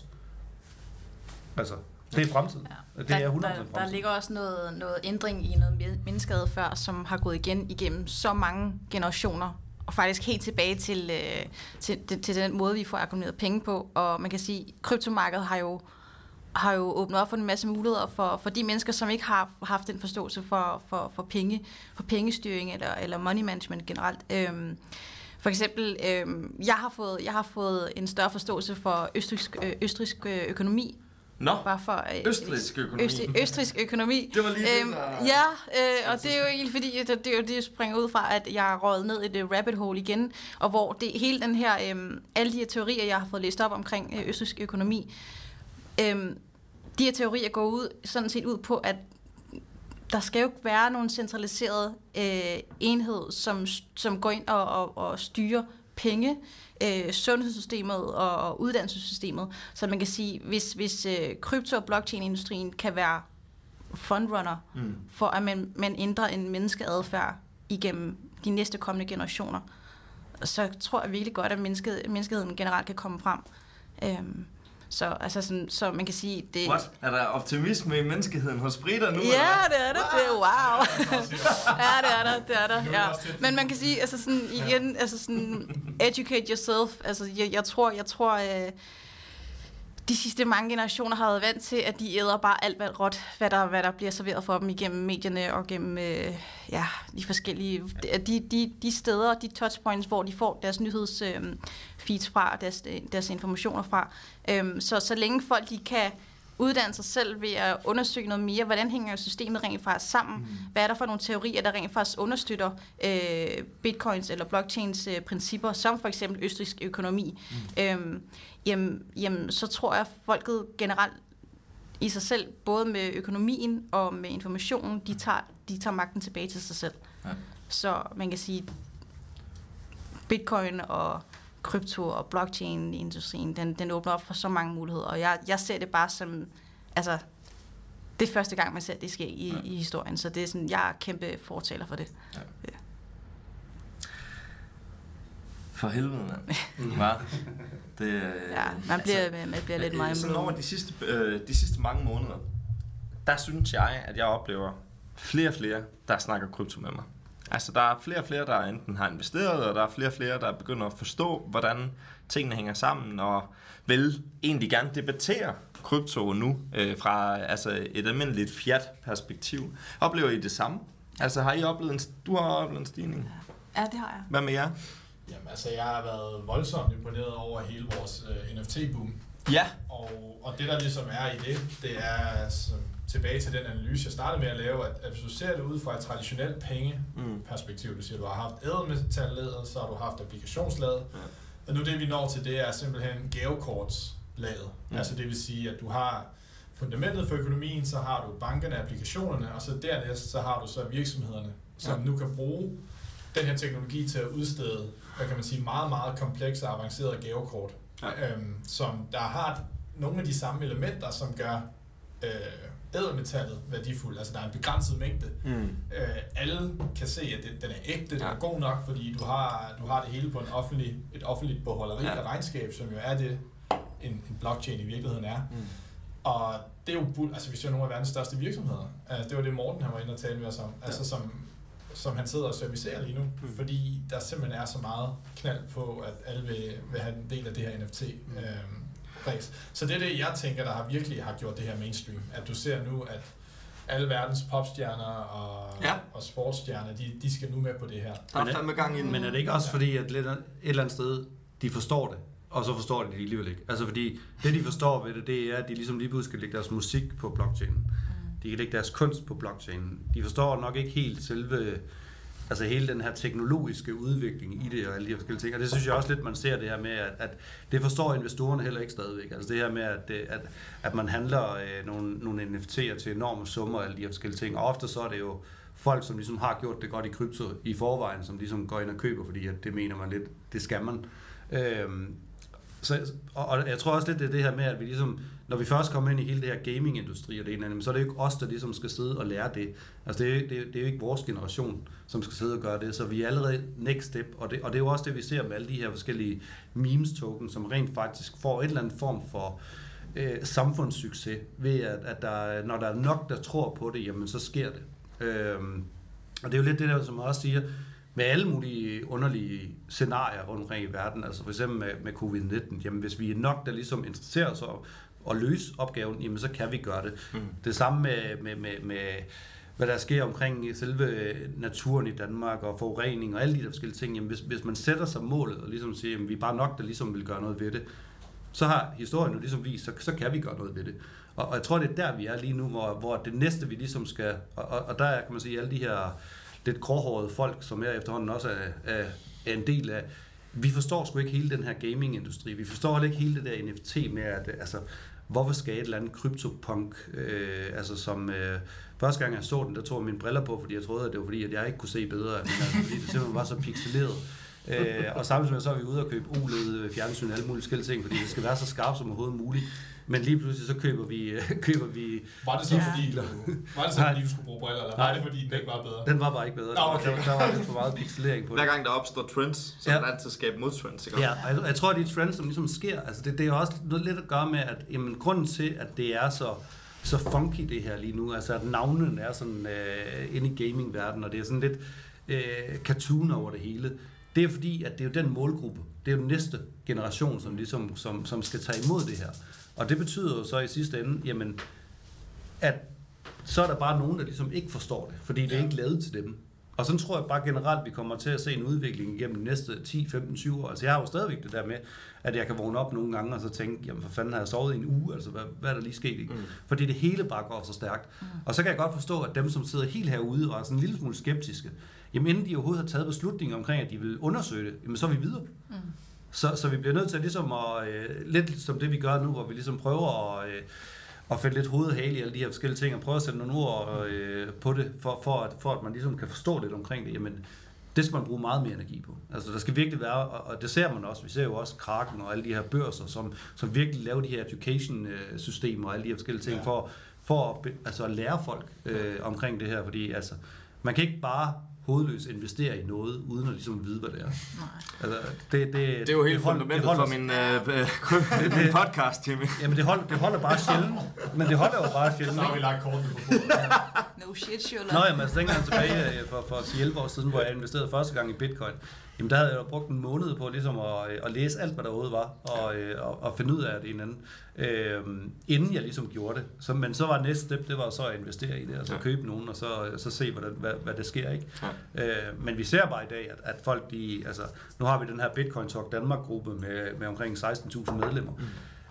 Speaker 3: Altså, det er fremtiden. Ja. Det er hundrede procent
Speaker 7: der, der, der ligger også noget, noget ændring i noget menneskeadfærd, som har gået igen igennem så mange generationer, og faktisk helt tilbage til, øh, til, til, til den måde, vi får akkumuleret penge på. Og man kan sige, at kryptomarkedet har jo, har jo åbnet op for en masse muligheder for, for de mennesker, som ikke har haft den forståelse for, for, for, penge, for pengestyring eller, eller money management generelt. Øhm, For eksempel, øh, jeg, har fået, jeg har fået en større forståelse for østrisk, øh, østrisk økonomi.
Speaker 5: Nå,
Speaker 7: Bare for, øh,
Speaker 5: østrisk økonomi.
Speaker 7: Østrig, østrisk økonomi.
Speaker 5: Det var lige
Speaker 7: øhm, det, der... Ja, øh, og det er jo egentlig fordi, det, det, er jo, det springer ud fra, at jeg er røget ned i et rabbit hole igen, og hvor det hele den her, øh, alle de her teorier, jeg har fået læst op omkring øh, østrisk økonomi, øh, de her teorier går ud, sådan set ud på, at der skal jo være nogle centraliserede øh, enhed, som, som går ind og, og, og styrer penge, øh, sundhedssystemet og, og uddannelsessystemet. Så man kan sige, hvis, hvis øh, krypto- og blockchain-industrien kan være frontrunner mm. for, at man, man ændrer en menneskeadfærd igennem de næste kommende generationer, så tror jeg virkelig godt, at mennesket, menneskeheden generelt kan komme frem. Øhm, Så, altså sådan, så man kan sige... Det,
Speaker 5: What? Er der optimisme i menneskeheden hos briter nu?
Speaker 7: Ja, eller? det er det. Det er wow. Ja, det er der, det er der. Ja. Men man kan sige, altså sådan igen, altså sådan educate yourself. Altså jeg, jeg tror, jeg tror, øh, de sidste mange generationer har været vant til, at de æder bare alt hvad råt, hvad der, hvad der bliver serveret for dem igennem medierne og gennem øh, ja, de forskellige, de, de, de steder, de touchpoints, hvor de får deres nyheds øh, feeds fra, deres, deres informationer fra. Øhm, så så længe folk de kan uddanne sig selv ved at undersøge noget mere, hvordan hænger systemet rent faktisk sammen, mm. hvad er der for nogle teorier, der rent faktisk understøtter øh, bitcoins eller blockchains øh, principper, som for eksempel østrigsk økonomi, mm. øhm, jamen, jamen, så tror jeg, at folket generelt i sig selv, både med økonomien og med informationen, de tager, de tager magten tilbage til sig selv. Ja. Så man kan sige, bitcoin og krypto og blockchain-industrien, den, den åbner op for så mange muligheder, og jeg, jeg ser det bare som, altså, det er første gang, man ser det ske i, ja. i historien, så det er sådan, jeg er kæmpe fortaler for det. Ja. Ja.
Speaker 5: For helvede, mand. Hva? Det,
Speaker 7: ja, man bliver, altså, man bliver lidt meget
Speaker 5: sådan over de sidste, øh, de sidste mange måneder, der synes jeg, at jeg oplever flere og flere, der snakker krypto med mig. Altså, der er flere og flere, der enten har investeret, og der er flere og flere, der begynder at forstå, hvordan tingene hænger sammen, og vil egentlig gerne debattere krypto nu, øh, fra altså et almindeligt fiat-perspektiv. Oplever I det samme? Altså, har I oplevet en, du har oplevet en stigning?
Speaker 7: Ja, det har jeg.
Speaker 5: Hvad med jer?
Speaker 6: Jamen, altså, jeg har været voldsomt imponeret over hele vores øh, N F T-boom.
Speaker 5: Ja.
Speaker 6: Og, og det, der ligesom er i det, det er altså, tilbage til den analyse, jeg startede med at lave, at, at hvis du ser det ud fra et traditionelt pengeperspektiv, du siger, du har haft ædelmetallet, så har du haft applikationslaget, ja. Og nu det, vi når til, det er simpelthen gavekortslaget. Ja. Altså det vil sige, at du har fundamentet for økonomien, så har du bankerne, applikationerne, og så dernæst, så har du så virksomhederne, som ja. nu kan bruge den her teknologi til at udstede, hvad kan man sige, meget, meget komplekse og avancerede gavekort, ja. øhm, som der har nogle af de samme elementer, som gør øh, ædelmetallet værdifuldt. Altså der er en begrænset mængde. Mm. Øh, alle kan se, at det, den er ægte, den ja. er god nok, fordi du har, du har det hele på en offentlig, et offentligt beholderi ja. og regnskab, som jo er det, en, en blockchain i virkeligheden er. Mm. Og det er jo, altså vi ser nogle af verdens største virksomheder. Altså, det var det Morten, han var inde og tale med os om. Altså ja. som som han sidder og servicerer lige nu, mm. fordi der simpelthen er så meget knald på, at alle vil, vil have en del af det her N F T-ræs. Mm. Så det er det, jeg tænker, der har virkelig har gjort det her mainstream. At du ser nu, at alle verdens popstjerner og, ja. og sportsstjerner, de, de skal nu med på det her.
Speaker 3: Der er fandme gang i den. Men er det ikke også fordi, at et eller andet sted, de forstår det, og så forstår de det alligevel ikke? Altså fordi, det de forstår ved det, det er, at de ligesom lige pludselig skal lægge deres musik på blockchainen. De kan lægge deres kunst på blockchainen. De forstår nok ikke helt selve, altså hele den her teknologiske udvikling i det og alle de her forskellige ting. Og det synes jeg også lidt, man ser det her med, at, at det forstår investorerne heller ikke stadigvæk. Altså det her med, at, at, at man handler øh, nogle, nogle N F T'er til enorme summer og alle de her forskellige ting. Og ofte så er det jo folk, som ligesom har gjort det godt i krypto i forvejen, som ligesom går ind og køber, fordi at det mener man lidt, det skal man. Øhm, Så, og, og jeg tror også lidt, det er det her med, at vi ligesom, når vi først kommer ind i hele det her gaming-industri og det ene andet, så er det jo ikke os, der ligesom skal sidde og lære det. Altså det er, det, det er jo ikke vores generation, som skal sidde og gøre det, så vi er allerede next step, og det, og det er jo også det, vi ser med alle de her forskellige memes-token, som rent faktisk får et eller andet form for øh, samfundssucces, ved at, at der, når der er nok, der tror på det, jamen så sker det. Øhm, og det er jo lidt det der, som jeg også siger, med alle mulige underlige scenarier rundt omkring i verden, altså for eksempel med, med covid nitten, jamen hvis vi er nok, der ligesom interesserer os og, og løse opgaven, jamen så kan vi gøre det. Mm. Det samme med, med, med, med, hvad der sker omkring selve naturen i Danmark og forurening og alle de der forskellige ting, jamen hvis, hvis man sætter sig målet og ligesom siger, jamen vi er bare nok, der ligesom vil gøre noget ved det, så har historien jo ligesom vist, så, så kan vi gøre noget ved det. Og, og jeg tror, det er der, vi er lige nu, hvor, hvor det næste, vi ligesom skal, og, og, og der kan man sige, alle de her lidt gråhårede folk, som jeg efterhånden også er, er, er en del af. Vi forstår sgu ikke hele den her gaming-industri. Vi forstår heller ikke hele det der N F T med, at altså, hvorfor skal et eller andet kryptopunk, øh, altså som øh, første gang jeg så den, der tog jeg mine briller på, fordi jeg troede, at det var fordi, at jeg ikke kunne se bedre, men altså, fordi det simpelthen var så pixeleret. Øh, og samtidig med så er vi ude og købe O L E D fjernsyn og alle mulige forskellige ting, fordi det skal være så skarpt som overhovedet muligt. Men lige pludselig så køber vi... køber vi
Speaker 6: var det så fordi, du, var det så, fordi du skulle bruge briller, eller var det fordi, den ikke var bedre?
Speaker 3: Den var bare ikke bedre. Nå, okay. der, der var lidt for meget pixelering på det.
Speaker 5: Hver gang der opstår trends, så ja. er det altid at skabe modtrends. Ikke?
Speaker 3: Ja, og jeg, jeg tror, at de trends, som ligesom sker, altså det, det er også noget lidt at gøre med, at jamen, grunden til, at det er så... så funky det her lige nu, altså at navnen er sådan øh, inde i gaming-verdenen, og det er sådan lidt øh, cartoon over det hele. Det er fordi, at det er jo den målgruppe, det er jo den næste generation, som, ligesom, som, som skal tage imod det her. Og det betyder jo så i sidste ende, jamen, at så er der bare nogen, der ligesom ikke forstår det, fordi det er ikke lavet til dem. Og sådan tror jeg bare generelt, vi kommer til at se en udvikling gennem de næste ti, femten, tyve år. Altså jeg har jo stadigvæk det der med, at jeg kan vågne op nogle gange og så tænke, jamen for fanden har jeg sovet i en uge, altså hvad, hvad er der lige sket? Ikke? Mm. Fordi det hele bare går så stærkt. Mm. Og så kan jeg godt forstå, at dem, som sidder helt herude og er sådan en lille smule skeptiske, jamen inden de overhovedet har taget beslutninger omkring, at de vil undersøge det, jamen så er vi videre. Mm. Så, så vi bliver nødt til at ligesom at, øh, lidt som det vi gør nu, hvor vi ligesom prøver at... Øh, og fælde lidt hovedhale i alle de her forskellige ting, og prøve at sætte nogle ord øh, på det, for, for, at, for at man ligesom kan forstå lidt omkring det, jamen, det skal man bruge meget mere energi på. Altså, der skal virkelig være, og, og det ser man også, vi ser jo også Kraken og alle de her børser, som, som virkelig laver de her education-systemer og alle de her forskellige ting, ja. for, for at, altså, at lære folk øh, omkring det her, fordi altså, man kan ikke bare hovedløst investere i noget, uden at ligesom vide, hvad det er. Nej. Altså, det, det,
Speaker 5: det er jo helt fundamentet for min, øh, min podcast, Jimmy.
Speaker 3: Jamen, det holder, det holder bare sjældent. Men det holder jo bare sjældent.
Speaker 6: Så har vi lagt kortene på bordet.
Speaker 7: No shit, Sherlock.
Speaker 3: Nå, jamen, altså, dengang tilbage for, for ti elleve år siden, hvor jeg investerede første gang i Bitcoin, jamen, der havde jeg brugt en måned på ligesom at, at læse alt, hvad der overhovedet var, og, og, og finde ud af det inden, øh, inden jeg ligesom gjorde det. Så, men så var næste step, det var så at investere i det, altså ja. købe nogen, og så, så se, hvad, hvad, hvad det sker, ikke? Ja. Øh, men vi ser bare i dag, at, at folk, de, altså, nu har vi den her Bitcoin Talk Danmark-gruppe med, med omkring seksten tusind medlemmer, mm.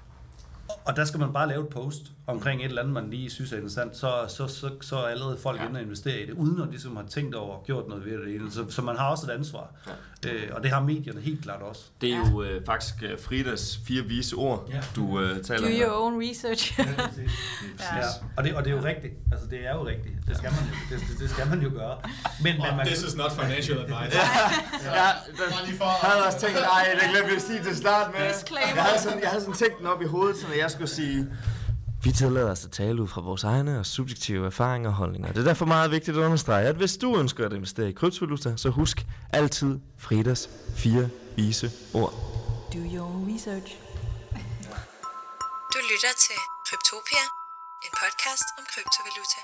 Speaker 3: og der skal man bare lave et post omkring et eller andet, man lige synes er interessant, så, så, så, så er allerede folk ja. inde og investere i det, uden at ligesom har tænkt over og gjort noget ved det. Så, så man har også et ansvar. Ja. Øh, og det har medierne helt klart også.
Speaker 5: Det er jo øh, faktisk uh, Fridas fire vise ord, ja. du uh, taler om.
Speaker 7: Do your own research.
Speaker 3: ja, ja. Og, det, og det er jo rigtigt. Altså, det er jo rigtigt. Det skal man jo, det, det skal man jo gøre. Men,
Speaker 6: oh,
Speaker 3: men man,
Speaker 6: this is not financial advice.
Speaker 5: ja, ja, jeg havde også tænkt, nej, det glemte jeg at sige til start med. Jeg havde sådan, jeg havde sådan tænkt den op i hovedet, så jeg skulle sige, vi tillader os at tale ud fra vores egne og subjektive erfaringer og holdninger. Det er derfor meget vigtigt at understrege, at hvis du ønsker at investere i kryptovaluta, så husk altid Fridas fire vise ord.
Speaker 7: Do your own research.
Speaker 4: Du lytter til Kryptopia, en podcast om kryptovaluta.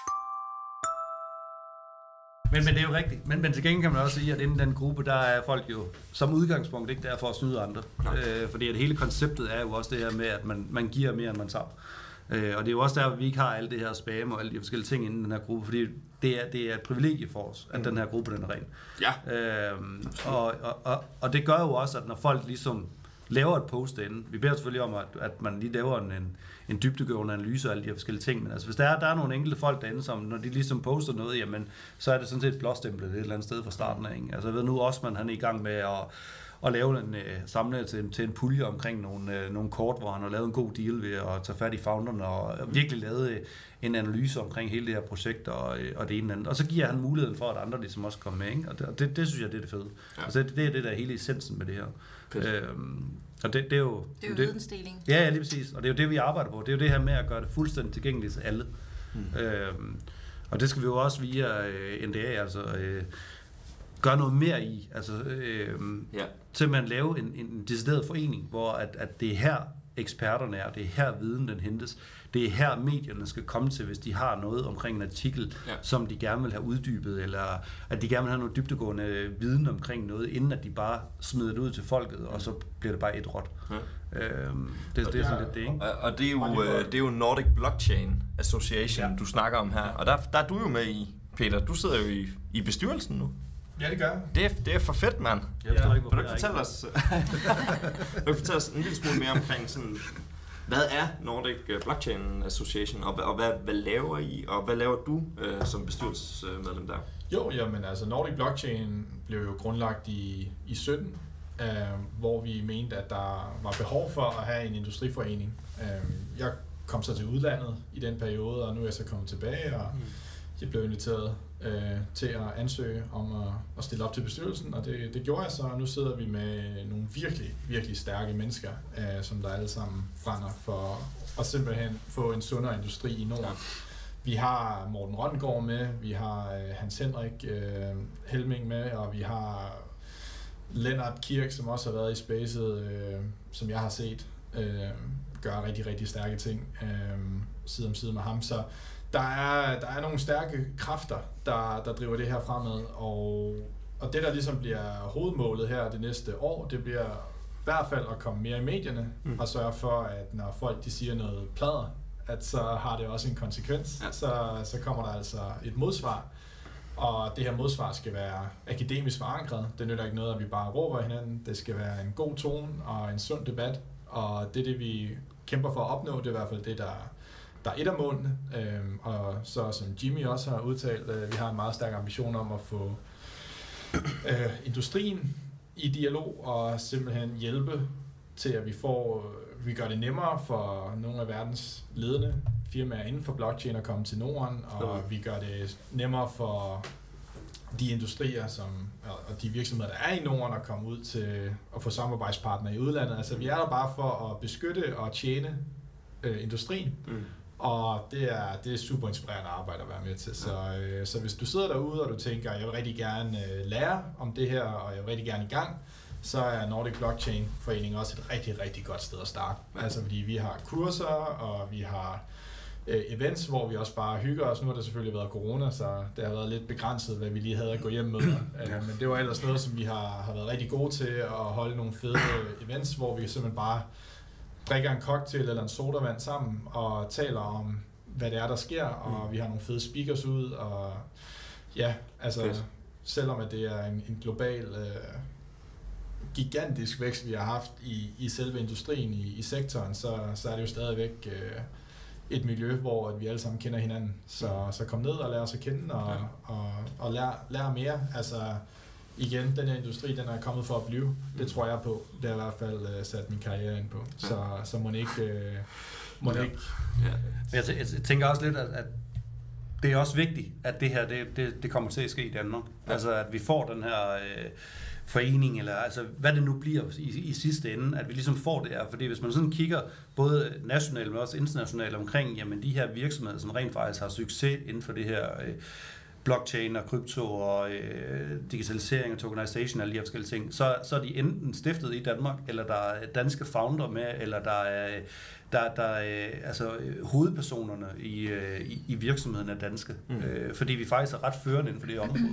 Speaker 3: Men, men det er jo rigtigt. Men, men til gengæld kan man også sige, at inden den gruppe, der er folk jo som udgangspunkt ikke der for at snyde andre. Øh, fordi at hele konceptet er jo også det her med, at man, man giver mere, end man tager. Øh, og det er jo også der, at vi ikke har alle det her spam og alle de forskellige ting inden den her gruppe, fordi det er, det er et privilegie for os, at mm. den her gruppe den er ren.
Speaker 5: Ja.
Speaker 3: Øh, og, og, og, og det gør jo også, at når folk ligesom laver et post inden, vi beder selvfølgelig om, at, at man lige laver en, en, en dybdegående analyse af alle de her forskellige ting, men altså hvis der er, der er nogle enkelte folk derinde, som når de ligesom poster noget, jamen så er det sådan set blåstemplet et eller andet sted fra starten af. Ikke? Altså jeg ved nu også, man han er i gang med at og lave en øh, samle til, til en pulje omkring nogle, øh, nogle kort, hvor han har lavet en god deal ved at tage fat i founderne og virkelig lavet øh, en analyse omkring hele det her projekt og, øh, og det ene eller andet. Og så giver han muligheden for, at andre ligesom også kommer med. Ikke? Og, det, og det, det synes jeg, det er det fede. Ja. Altså det, det er det, der er hele essensen med det her. Øhm, og det, det er jo...
Speaker 7: Det er jo vidensdeling.
Speaker 3: Ja, ja, lige præcis. Og det er jo det, vi arbejder på. Det er jo det her med at gøre det fuldstændig tilgængeligt til alle. Mm. Øhm, og det skal vi jo også via øh, N D A, altså... Øh, gøre noget mere i, altså øh, ja. simpelthen lave en, en decideret forening, hvor at, at det er her eksperterne er, det er her viden den hentes, det er her medierne skal komme til, hvis de har noget omkring en artikel, ja. som de gerne vil have uddybet, eller at de gerne vil have noget dybdegående viden omkring noget, inden at de bare smider det ud til folket, mm. og så bliver det bare et råt. Ja. Øhm, det, det, det er sådan lidt det, ikke?
Speaker 5: Og, og det, er jo, det er jo Nordic Blockchain Association, ja. du snakker om her, og der, der er du jo med i, Peter, du sidder jo i, i bestyrelsen nu.
Speaker 6: Ja, det gør
Speaker 5: det. Er, det er for fedt, mand.
Speaker 3: Jeg forstår ikke,
Speaker 5: hvorfor jeg ikke. Vil du os, du fortælle os en lille smule mere omkring sådan, hvad er Nordic Blockchain Association, og, og hvad, hvad laver I, og hvad laver du øh, som bestyrelsesmedlem der?
Speaker 6: Jo, jamen altså Nordic Blockchain blev jo grundlagt i, i sytten, øh, hvor vi mente, at der var behov for at have en industriforening. Øh, jeg kom så til udlandet i den periode, og nu er jeg så kommet tilbage, og mm. jeg blev inviteret øh, til at ansøge om at, at stille op til bestyrelsen, og det, det gjorde jeg så, og nu sidder vi med nogle virkelig, virkelig stærke mennesker, øh, som der alle sammen brænder for at simpelthen få en sundere industri i Norden. Ja. Vi har Morten Røngaard med, vi har øh, Hans Henrik øh, Helming med, og vi har Lennart Kirk, som også har været i spacet, øh, som jeg har set, øh, gør rigtig, rigtig stærke ting øh, side om side med ham. Så der er, der er nogle stærke kræfter, der, der driver det her fremad, og, og det, der ligesom bliver hovedmålet her det næste år, det bliver i hvert fald at komme mere i medierne, mm. og sørge for, at når folk de siger noget plader, at så har det også en konsekvens. Ja. Så, så kommer der altså et modsvar, og det her modsvar skal være akademisk forankret. Det nytter ikke noget, at vi bare råber hinanden. Det skal være en god tone og en sund debat, og det er det, vi kæmper for at opnå. Det er i hvert fald det, der, der er et af målene. Øhm, og så som Jimmy også har udtalt, øh, vi har en meget stærk ambition om at få øh, industrien i dialog og simpelthen hjælpe til, at vi får vi gør det nemmere for nogle af verdens ledende firmaer inden for blockchain at komme til Norden, og vi gør det nemmere for de industrier som, og de virksomheder, der er i Norden, at komme ud til at få samarbejdspartnere i udlandet. Altså vi er der bare for at beskytte og tjene øh, industrien, mm. og det er, det er super inspirerende arbejde at være med til. Så, øh, så hvis du sidder derude, og du tænker, jeg vil rigtig gerne øh, lære om det her, og jeg vil rigtig gerne i gang, så er Nordic Blockchain Forening også et rigtig, rigtig godt sted at starte. Altså fordi vi har kurser, og vi har øh, events, hvor vi også bare hygger os. Nu har det selvfølgelig været corona, så det har været lidt begrænset, hvad vi lige havde at gå hjem med. Ja. Men det var ellers noget, som vi har, har været rigtig gode til, at holde nogle fede events, hvor vi simpelthen bare drikker en cocktail eller en sodavand sammen, og taler om, hvad det er, der sker, og mm. vi har nogle fede speakers ud, og ja, altså Fedt. Selvom at det er en, en global... Øh, gigantisk vækst, vi har haft i, i selve industrien, i, i sektoren, så, så er det jo stadigvæk øh, et miljø, hvor at vi alle sammen kender hinanden. Så, så kom ned og lær os at kende, og, og, og lær, lær mere. Altså igen, den her industri, den er kommet for at blive. Det tror jeg på. Det har i hvert fald øh, sat min karriere ind på. Så, så må det ikke... Øh, må det ikke
Speaker 3: ja. jeg, t- jeg tænker også lidt, at, at det er også vigtigt, at det her, det, det, det kommer til at ske i Danmark. Ja. Altså, at vi får den her... Øh, forening, eller altså hvad det nu bliver i, i sidste ende, at vi ligesom får det her. Fordi hvis man sådan kigger både nationalt, men også internationalt omkring, jamen de her virksomheder, som rent faktisk har succes inden for det her øh, blockchain og krypto og øh, digitalisering og tokenization og alle de her forskellige ting, så, så er de enten stiftet i Danmark, eller der er danske founder med, eller der er, der, der er altså hovedpersonerne i, i, i virksomheden er danske. Mm. Øh, fordi vi faktisk er ret førende inden for det område.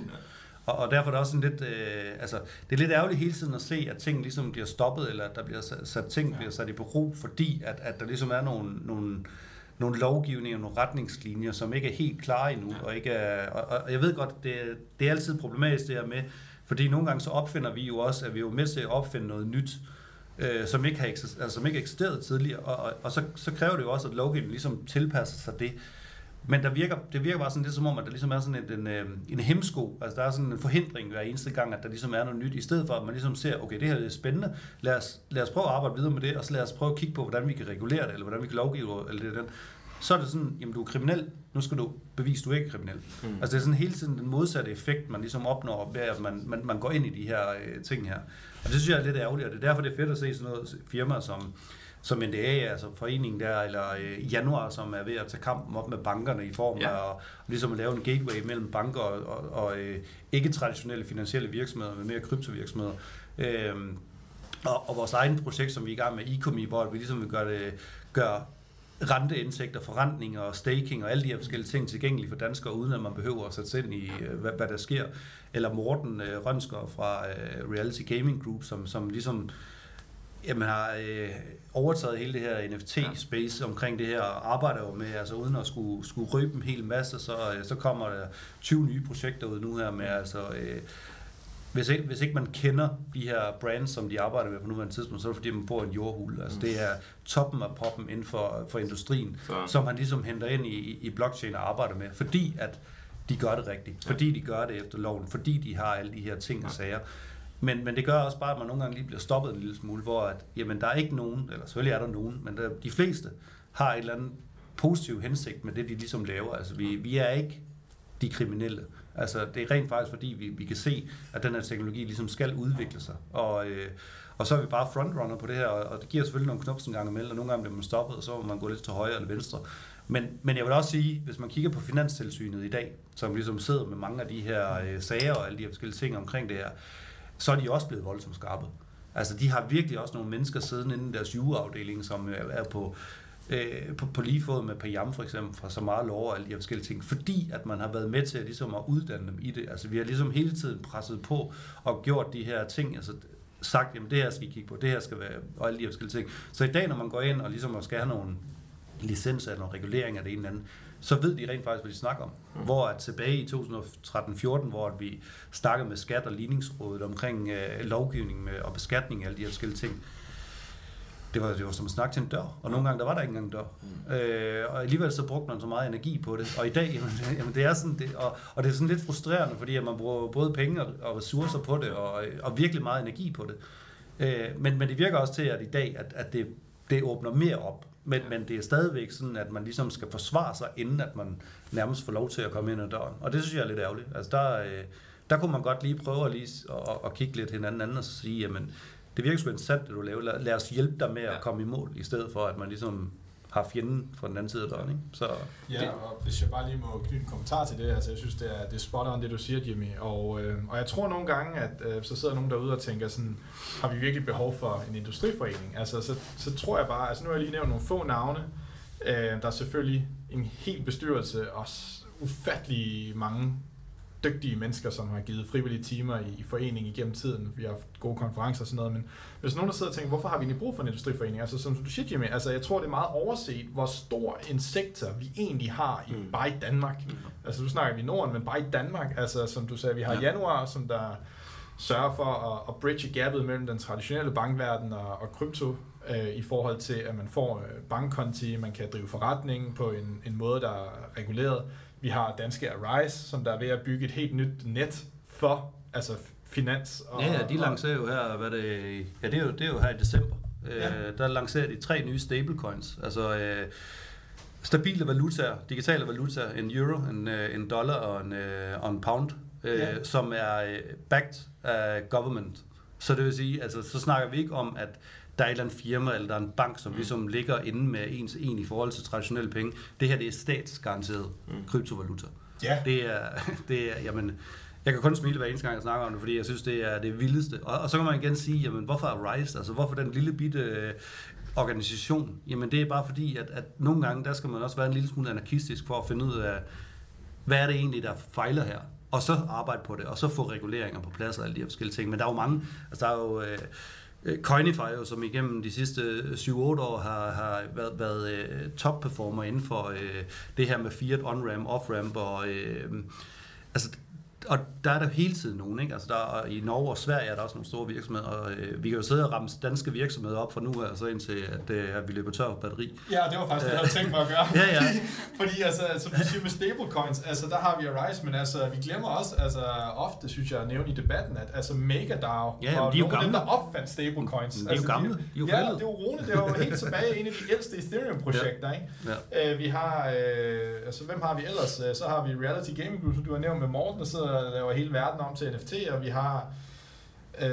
Speaker 3: Og derfor er det også sådan lidt, øh, altså, det er lidt ærgerligt hele tiden at se, at ting ligesom bliver stoppet, eller at der bliver sat, sat ting bliver sat i bero, fordi at, at der ligesom er nogle, nogle, nogle lovgivninger, nogle retningslinjer, som ikke er helt klare endnu, og ikke er, og, og jeg ved godt, det, det er altid problematisk det her med, fordi nogle gange så opfinder vi jo også, at vi er jo med til at opfinde noget nyt, øh, som ikke har eksisteret, altså, som ikke eksisteret tidligere, og, og, og så, så kræver det jo også, at lovgivningen ligesom tilpasser sig det. Men der virker, det virker bare sådan lidt som om, at der ligesom er sådan en, en, en hemsko, altså der er sådan en forhindring hver eneste gang, at der ligesom er noget nyt, i stedet for at man ligesom ser, okay, det her er spændende, lad os, lad os prøve at arbejde videre med det, og så lad os prøve at kigge på, hvordan vi kan regulere det, eller hvordan vi kan lovgive, eller det den. Så er det sådan, jamen du er kriminel, nu skal du bevise, du er ikke kriminel. Mm. Altså det er sådan hele tiden den modsatte effekt, man ligesom opnår, ved at man, man, man går ind i de her øh, ting her. Og det synes jeg er lidt ærgerligt, og det er derfor, det er fedt at se sådan noget firma som... som N D A, altså foreningen der, eller i januar, som er ved at tage kampen op med bankerne i form af ja. at ligesom at lave en gateway mellem banker og, og, og ikke-traditionelle finansielle virksomheder, men mere kryptovirksomheder. Øhm, og, og vores egen projekt, som vi er i gang med, eComi, hvor vi ligesom vil gøre, det, gøre renteindtægter, forrentninger og staking og alle de her forskellige ting tilgængelige for danskere, uden at man behøver at sætte sig ind i, hvad, hvad der sker. Eller Morten øh, Rønsker fra øh, Reality Gaming Group, som, som ligesom jamen, har øh, overtaget hele det her N F T-space omkring det her, og arbejder jo med, altså uden at skulle, skulle røbe en hel masse, så, øh, så kommer der tyve nye projekter ud nu her med, altså, øh, hvis, ikke, hvis ikke man kender de her brands, som de arbejder med på nuværende tidspunkt, så er det fordi, man får en jordhul. Altså, det er toppen af poppen inden for, for industrien, så. Som han ligesom henter ind i, i blockchain og arbejder med, fordi at de gør det rigtigt, fordi de gør det efter loven, fordi de har alle de her ting og sager. Men, men det gør også bare, at man nogle gange lige bliver stoppet en lille smule, hvor at, jamen, der er ikke nogen, eller selvfølgelig er der nogen, men der, de fleste har et eller andet positiv hensigt med det, de ligesom laver. Altså, vi, vi er ikke de kriminelle. Altså, det er rent faktisk, fordi vi, vi kan se, at den her teknologi ligesom skal udvikle sig. Og, øh, og så er vi bare frontrunner på det her, og det giver selvfølgelig nogle knops en gang imellem, og nogle gange bliver man stoppet, og så må man gå lidt til højre eller venstre. Men, men jeg vil også sige, hvis man kigger på Finanstilsynet i dag, som ligesom sidder med mange af de her øh, sager og alle de her forskellige ting omkring det her, så er de også blevet voldsomt skarpe. Altså, de har virkelig også nogle mennesker siddende inden deres jureafdeling, som er på, øh, på, på lige fod med Payam for eksempel, fra så meget lov og alle de her forskellige ting, fordi at man har været med til at, ligesom at uddanne dem i det. Altså, vi har ligesom hele tiden presset på og gjort de her ting, altså sagt, jamen det her skal I kigge på, det her skal være, og alle de her forskellige ting. Så i dag, når man går ind og ligesom skal have nogle licenser eller nogle reguleringer af det ene eller andet, så ved de rent faktisk, hvad de snakker om. Mm. Hvor at tilbage i to tusind og tretten fjorten, hvor vi snakkede med Skat og Ligningsrådet omkring øh, lovgivning med, og beskatning af alle de her forskellige ting, det var, det var som at snakke til en dør, og nogle gange der var der ikke engang en dør. Mm. Øh, og alligevel så brugte man så meget energi på det, og i dag, jamen, jamen det er sådan, det, og, og det er sådan lidt frustrerende, fordi at man bruger både penge og, og ressourcer på det, og, og virkelig meget energi på det. Øh, men, men det virker også til, at i dag, at, at det, det åbner mere op. Men, men det er stadigvæk sådan, at man ligesom skal forsvare sig, inden at man nærmest får lov til at komme ind ad døren. Og det synes jeg er lidt ærgerligt. Altså der, der kunne man godt lige prøve at, lige at, at kigge lidt hinanden anden og så sige, jamen, det virker sgu interessant, det du laver. Lad, lad os hjælpe dig med at komme i mål, i stedet for, at man ligesom har fjenden fra den anden side af døren. Ikke? Så,
Speaker 6: ja,
Speaker 3: det.
Speaker 6: Og hvis jeg bare lige må knytte en kommentar til det, altså jeg synes, det er, det er spot on, det du siger, Jimmy. Og, øh, og jeg tror nogle gange, at øh, så sidder nogen derude og tænker sådan, har vi virkelig behov for en industriforening? Altså så, så tror jeg bare, altså nu har jeg lige nævnt nogle få navne. Øh, der er selvfølgelig en hel bestyrelse og ufattelig mange dygtige mennesker, som har givet frivillige timer i, i forening igennem tiden. Vi har haft gode konferencer og sådan noget, men hvis nogen der sidder og tænker, hvorfor har vi egentlig brug for en industriforening? Altså som du siger, Jimmy, altså jeg tror, det er meget overset, hvor stor en sektor vi egentlig har i, mm. bare i Danmark. Mm. Altså nu snakker vi Norden, men bare i Danmark. Altså som du sagde, vi har ja. Januar, som der sørger for at, at bridge gapet mellem den traditionelle bankverden og, og krypto, øh, i forhold til, at man får bankkonti, man kan drive forretning på en, en måde, der er reguleret. Vi har danske Arise, som der er ved at bygge et helt nyt net for altså finans. Og,
Speaker 3: ja, ja, de lancerer jo her, hvad det, ja, det er jo, det er jo her i december. Ja. Øh, der lancerer de tre nye stablecoins, altså øh, stabile valutaer, digitale valutaer, en euro, en, en dollar og en, og en pound, øh, ja. Som er backed af government. Så det vil sige, altså så snakker vi ikke om, at der er et eller andet firma, eller der er en bank, som mm. ligesom ligger inde med ens en i forhold til traditionelle penge. Det her, det er statsgaranteret mm. kryptovaluta.
Speaker 6: Ja.
Speaker 3: Det er, det er, jamen, jeg kan kun smile hver eneste gang, jeg snakker om det, fordi jeg synes, det er det vildeste. Og, og så kan man igen sige, jamen, hvorfor er Rise, altså hvorfor den lille bitte øh, organisation? Jamen, det er bare fordi, at, at nogle gange, der skal man også være en lille smule anarkistisk for at finde ud af, hvad er det egentlig, der fejler her? Og så arbejde på det, og så få reguleringer på plads og alle de her forskellige ting. Men der er jo mange, altså der er jo... Øh, Coinify, som igennem de sidste syv otte år har, har været, været uh, top-performer inden for uh, det her med fiat on-ramp, off-ramp, og, uh, altså, og der er der hele tiden nogen, ikke? Altså der, i Norge og Sverige er der også nogle store virksomheder, og uh, vi kan jo sidde og ramme danske virksomheder op fra nu her, så indtil at, uh, at vi løber tør på batteri.
Speaker 6: Ja, det var faktisk det, jeg havde tænkt mig at gøre.
Speaker 3: ja, ja.
Speaker 6: Fordi, altså, som du siger med stablecoins, altså der har vi Arise, men altså, vi glemmer også, altså ofte synes jeg at nævne i debatten, at altså MakerDAO
Speaker 3: ja,
Speaker 6: var
Speaker 3: de
Speaker 6: nogle af dem, der opfandt stablecoins.
Speaker 3: De er
Speaker 6: altså,
Speaker 3: jo gamle.
Speaker 6: De,
Speaker 3: de er jo
Speaker 6: ja, det var Rune, det var helt tilbage en af de ældste Ethereum-projekter, ikke? Ja. Uh, vi har, uh, altså hvem har vi ellers? Så har vi Reality Gaming Group, som du har nævnt med Morten, der sidder og laver hele verden om til N F T, og vi har øh,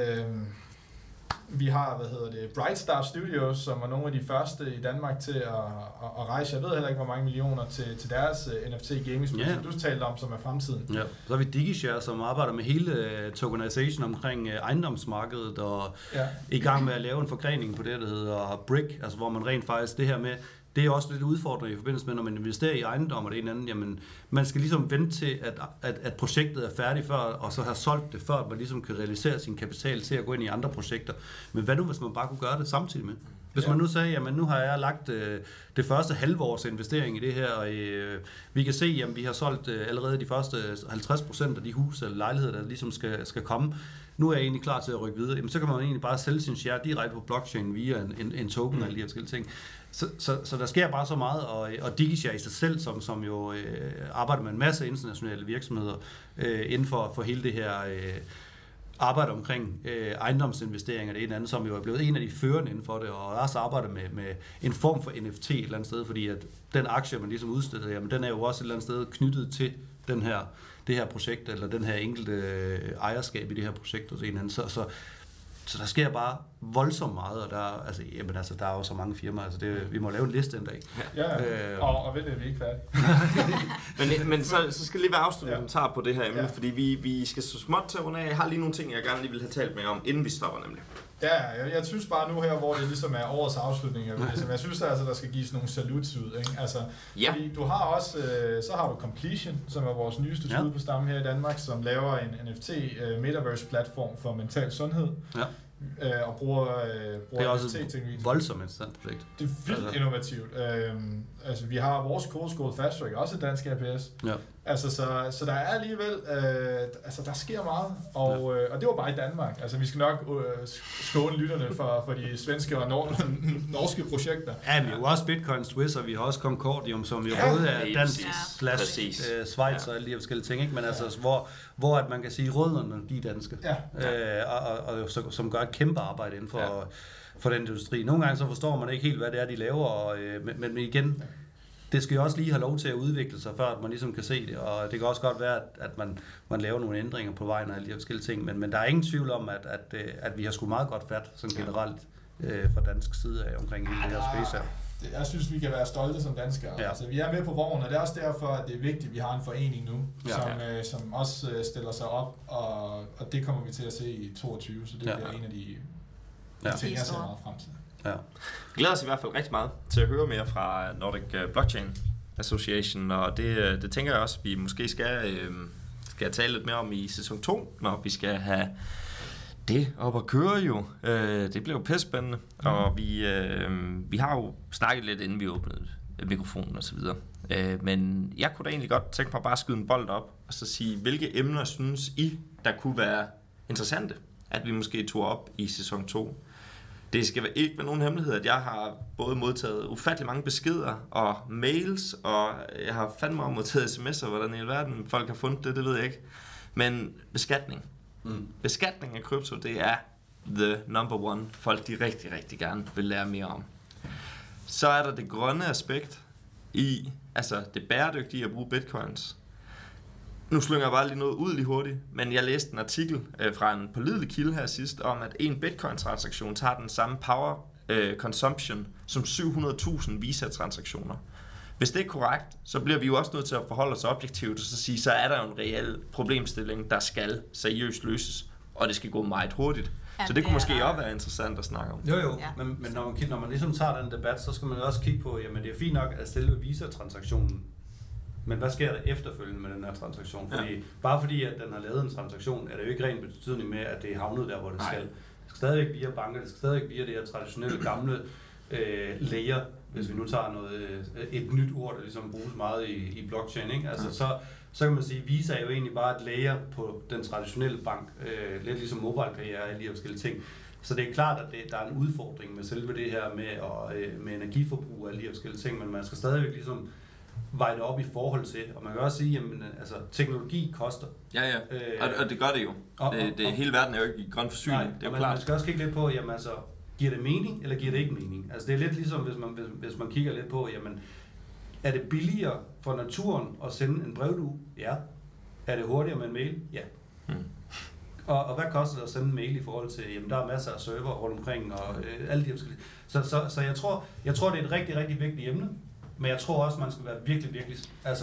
Speaker 6: vi har, hvad hedder det, Brightstar Studios, som var nogle af de første i Danmark til at, at, at rejse. Jeg ved heller ikke, hvor mange millioner til, til deres uh, N F T gaming-spil, yeah. som du talte om, som er fremtiden.
Speaker 3: Ja. Så har vi DigiShare, som arbejder med hele uh, tokenization omkring uh, ejendomsmarkedet, og ja. i gang med at lave en forgrening på det, der hedder Brick, altså hvor man rent faktisk det her med, det er også lidt udfordrende i forbindelse med, når man investerer i ejendom og det ene andet, jamen, man skal ligesom vente til, at, at, at projektet er færdigt før, og så have solgt det, før at man ligesom kan realisere sin kapital til at gå ind i andre projekter. Men hvad nu, hvis man bare kunne gøre det samtidig med? Hvis ja. man nu sagde, jamen nu har jeg lagt øh, det første halve års investering i det her, og øh, vi kan se, jamen vi har solgt øh, allerede de første halvtreds procent af de huse eller lejligheder, der ligesom skal, skal komme. Nu er jeg egentlig klar til at rykke videre. Jamen så kan man egentlig bare sælge sin share direkte på blockchain via en, en, en token mm. og alle de her forskellige ting. Så, så, så der sker bare så meget, og, og DigiShare i sig selv, som, som jo øh, arbejder med en masse internationale virksomheder øh, inden for, for hele det her øh, arbejde omkring øh, ejendomsinvesteringer, det ene andet, som jo er blevet en af de førende inden for det, og også arbejder med, med en form for N F T et eller andet sted, fordi at den aktie, man ligesom udstiller, jamen den er jo også et eller andet sted knyttet til den her, det her projekt, eller den her enkelte øh, ejerskab i det her projekt hos en anden. Så, så, så der sker bare voldsomt meget, og der, altså, jamen, altså, der er jo så mange firmaer, altså det, vi må lave en liste en dag.
Speaker 6: Ja,
Speaker 3: øh,
Speaker 6: og, og vent, er vi ikke færdige.
Speaker 5: men men så, så skal lige være afslutning ja. tager på det her emne,
Speaker 6: Ja.
Speaker 5: fordi vi, vi skal så småt til at runde af. Jeg har lige nogle ting, jeg gerne lige vil have talt med om, inden vi stopper nemlig.
Speaker 6: Ja, jeg, jeg synes bare nu her, hvor det ligesom er årets afslutning, jeg, ligesom, jeg synes altså, der skal gives nogle saluts ud, ikke? Altså,
Speaker 5: Ja.
Speaker 6: fordi du har også, øh, så har du Completion, som er vores nyeste skud
Speaker 3: Ja.
Speaker 6: på stammen her i Danmark, som laver en N F T uh, metaverse platform for mental sundhed.
Speaker 3: Ja.
Speaker 6: Øh, og bruger, øh, bruger
Speaker 3: Det er også
Speaker 6: N F T-teknologi.
Speaker 3: et voldsomt interessant projekt.
Speaker 6: Det er vildt
Speaker 3: Altså.
Speaker 6: innovativt. Øhm, altså, vi har vores Code School Fast Track, også et dansk A P S.
Speaker 3: Ja.
Speaker 6: Altså, så, så der er alligevel, øh, altså, der sker meget, og, øh, og det var bare i Danmark. Altså, vi skal nok øh, skåne lytterne for, for de svenske og nor- norske projekter.
Speaker 3: Ja, vi har jo også Bitcoin Swiss, og vi har også Concordium, som jo
Speaker 6: Ja,
Speaker 3: både er
Speaker 5: lige
Speaker 3: dansk
Speaker 5: præcis.
Speaker 3: slash
Speaker 5: Præcis.
Speaker 3: øh, Schweiz
Speaker 5: Ja.
Speaker 3: og alle de her forskellige ting, ikke? Men altså, hvor, hvor at man kan sige, rødderne, de er danske,
Speaker 6: Ja.
Speaker 3: øh, og, og, og så, som gør et kæmpe arbejde inden for,
Speaker 5: Ja.
Speaker 3: for den industri. Nogle gange så forstår man ikke helt, hvad det er, de laver, og, øh, men, men igen, det skal jo også lige have lov til at udvikle sig, før at man ligesom kan se det, og det kan også godt være, at, at man, man laver nogle ændringer på vejen og alle de her forskellige ting, men, men der er ingen tvivl om, at, at, at vi har sgu meget godt fat, sådan generelt, øh, fra dansk side af omkring hele det her space her.
Speaker 6: Det- Jeg synes, vi kan være stolte som danskere.
Speaker 3: Ja.
Speaker 6: Altså, vi er med på vognen, og det er også derfor, at det er vigtigt, at vi har en forening nu,
Speaker 3: Ja.
Speaker 6: som, øh, som også øh, stiller sig op, og, og det kommer vi til at se i toogtyve, så det
Speaker 3: Ja.
Speaker 6: bliver en af de, de
Speaker 3: Ja.
Speaker 6: ting, jeg ser meget frem til.
Speaker 3: Ja.
Speaker 5: Vi glæder os i hvert fald rigtig meget til at høre mere fra Nordic Blockchain Association, og det, det tænker jeg også, vi måske skal, øh, skal tale lidt mere om i sæson to, når vi skal have det op at køre jo. Øh, det bliver jo pissespændende, mm. og vi, øh, vi har jo snakket lidt, inden vi åbnede mikrofonen og så videre. Øh, men jeg kunne da egentlig godt tænke mig bare at skyde en bold op, og så sige, hvilke emner synes I, der kunne være interessante, at vi måske tog op i sæson to. Det skal ikke være nogen hemmelighed, at jeg har både modtaget ufattelig mange beskeder og mails, og jeg har fandme modtaget sms'er, hvordan i alverden folk har fundet det, det ved jeg ikke. Men beskatning.
Speaker 3: Mm.
Speaker 5: Beskatning af krypto, det er the number one, folk de rigtig, rigtig gerne vil lære mere om. Så er der det grønne aspekt i, altså det bæredygtige at bruge bitcoins. Nu slynger jeg bare lige noget ud lige hurtigt, men jeg læste en artikel øh, fra en pålidelig kilde her sidst, om at en bitcoin-transaktion tager den samme power øh, consumption som syv hundrede tusind Visa-transaktioner. Hvis det er korrekt, så bliver vi jo også nødt til at forholde os objektivt og så sige, så er der jo en reel problemstilling, der skal seriøst løses, og det skal gå meget hurtigt.
Speaker 7: Ja,
Speaker 5: Så det kunne
Speaker 7: det
Speaker 5: måske
Speaker 7: er-
Speaker 5: også være interessant at snakke om.
Speaker 3: Jo jo,
Speaker 7: Ja.
Speaker 3: men, men når, man, når man ligesom tager den debat, så skal man også kigge på, jamen det er fint nok at selve Visa-transaktionen, men hvad sker der efterfølgende med den her transaktion? Fordi, ja. Bare fordi, at den har lavet en transaktion, er det jo ikke rent betydning med, at det er havnet der, hvor det
Speaker 5: Nej.
Speaker 3: skal. Det skal stadigvæk via banker, det skal stadigvæk via det her traditionelle gamle øh, layer, hvis vi nu tager noget, øh, et nyt ord, der ligesom bruges meget i, i blockchain, ikke? Altså, så, så kan man sige, at Visa er jo egentlig bare et layer på den traditionelle bank, øh, lidt ligesom MobilePay er alle de her forskellige ting. Så det er klart, at det, der er en udfordring med selve det her med, og, øh, med energiforbrug og alle de her forskellige ting, men man skal stadigvæk ligesom veje det op i forhold til, og man kan også sige, at altså, teknologi koster.
Speaker 5: Ja, ja.
Speaker 3: Øh,
Speaker 5: Og, og det gør det jo.
Speaker 3: og-
Speaker 5: Det, det,
Speaker 3: og-
Speaker 5: hele verden er jo ikke i grøn forsyning.
Speaker 3: Nej,
Speaker 5: Det er jo
Speaker 3: men
Speaker 5: klart.
Speaker 3: man skal også kigge lidt på, jamen altså, giver det mening, eller giver det ikke mening? Altså det er lidt ligesom, hvis man, hvis, hvis man kigger lidt på, jamen, er det billigere for naturen at sende en brevdue? Ja. Er det hurtigere med en mail? Ja.
Speaker 5: Hmm.
Speaker 3: Og, og hvad koster det at sende en mail i forhold til, jamen der er masser af server rundt omkring, og øh, alle de her forskellige. Så, så, så jeg, tror, jeg tror, det er et rigtig, rigtig vigtigt emne, men jeg tror også, man skal være virkelig, virkelig, altså,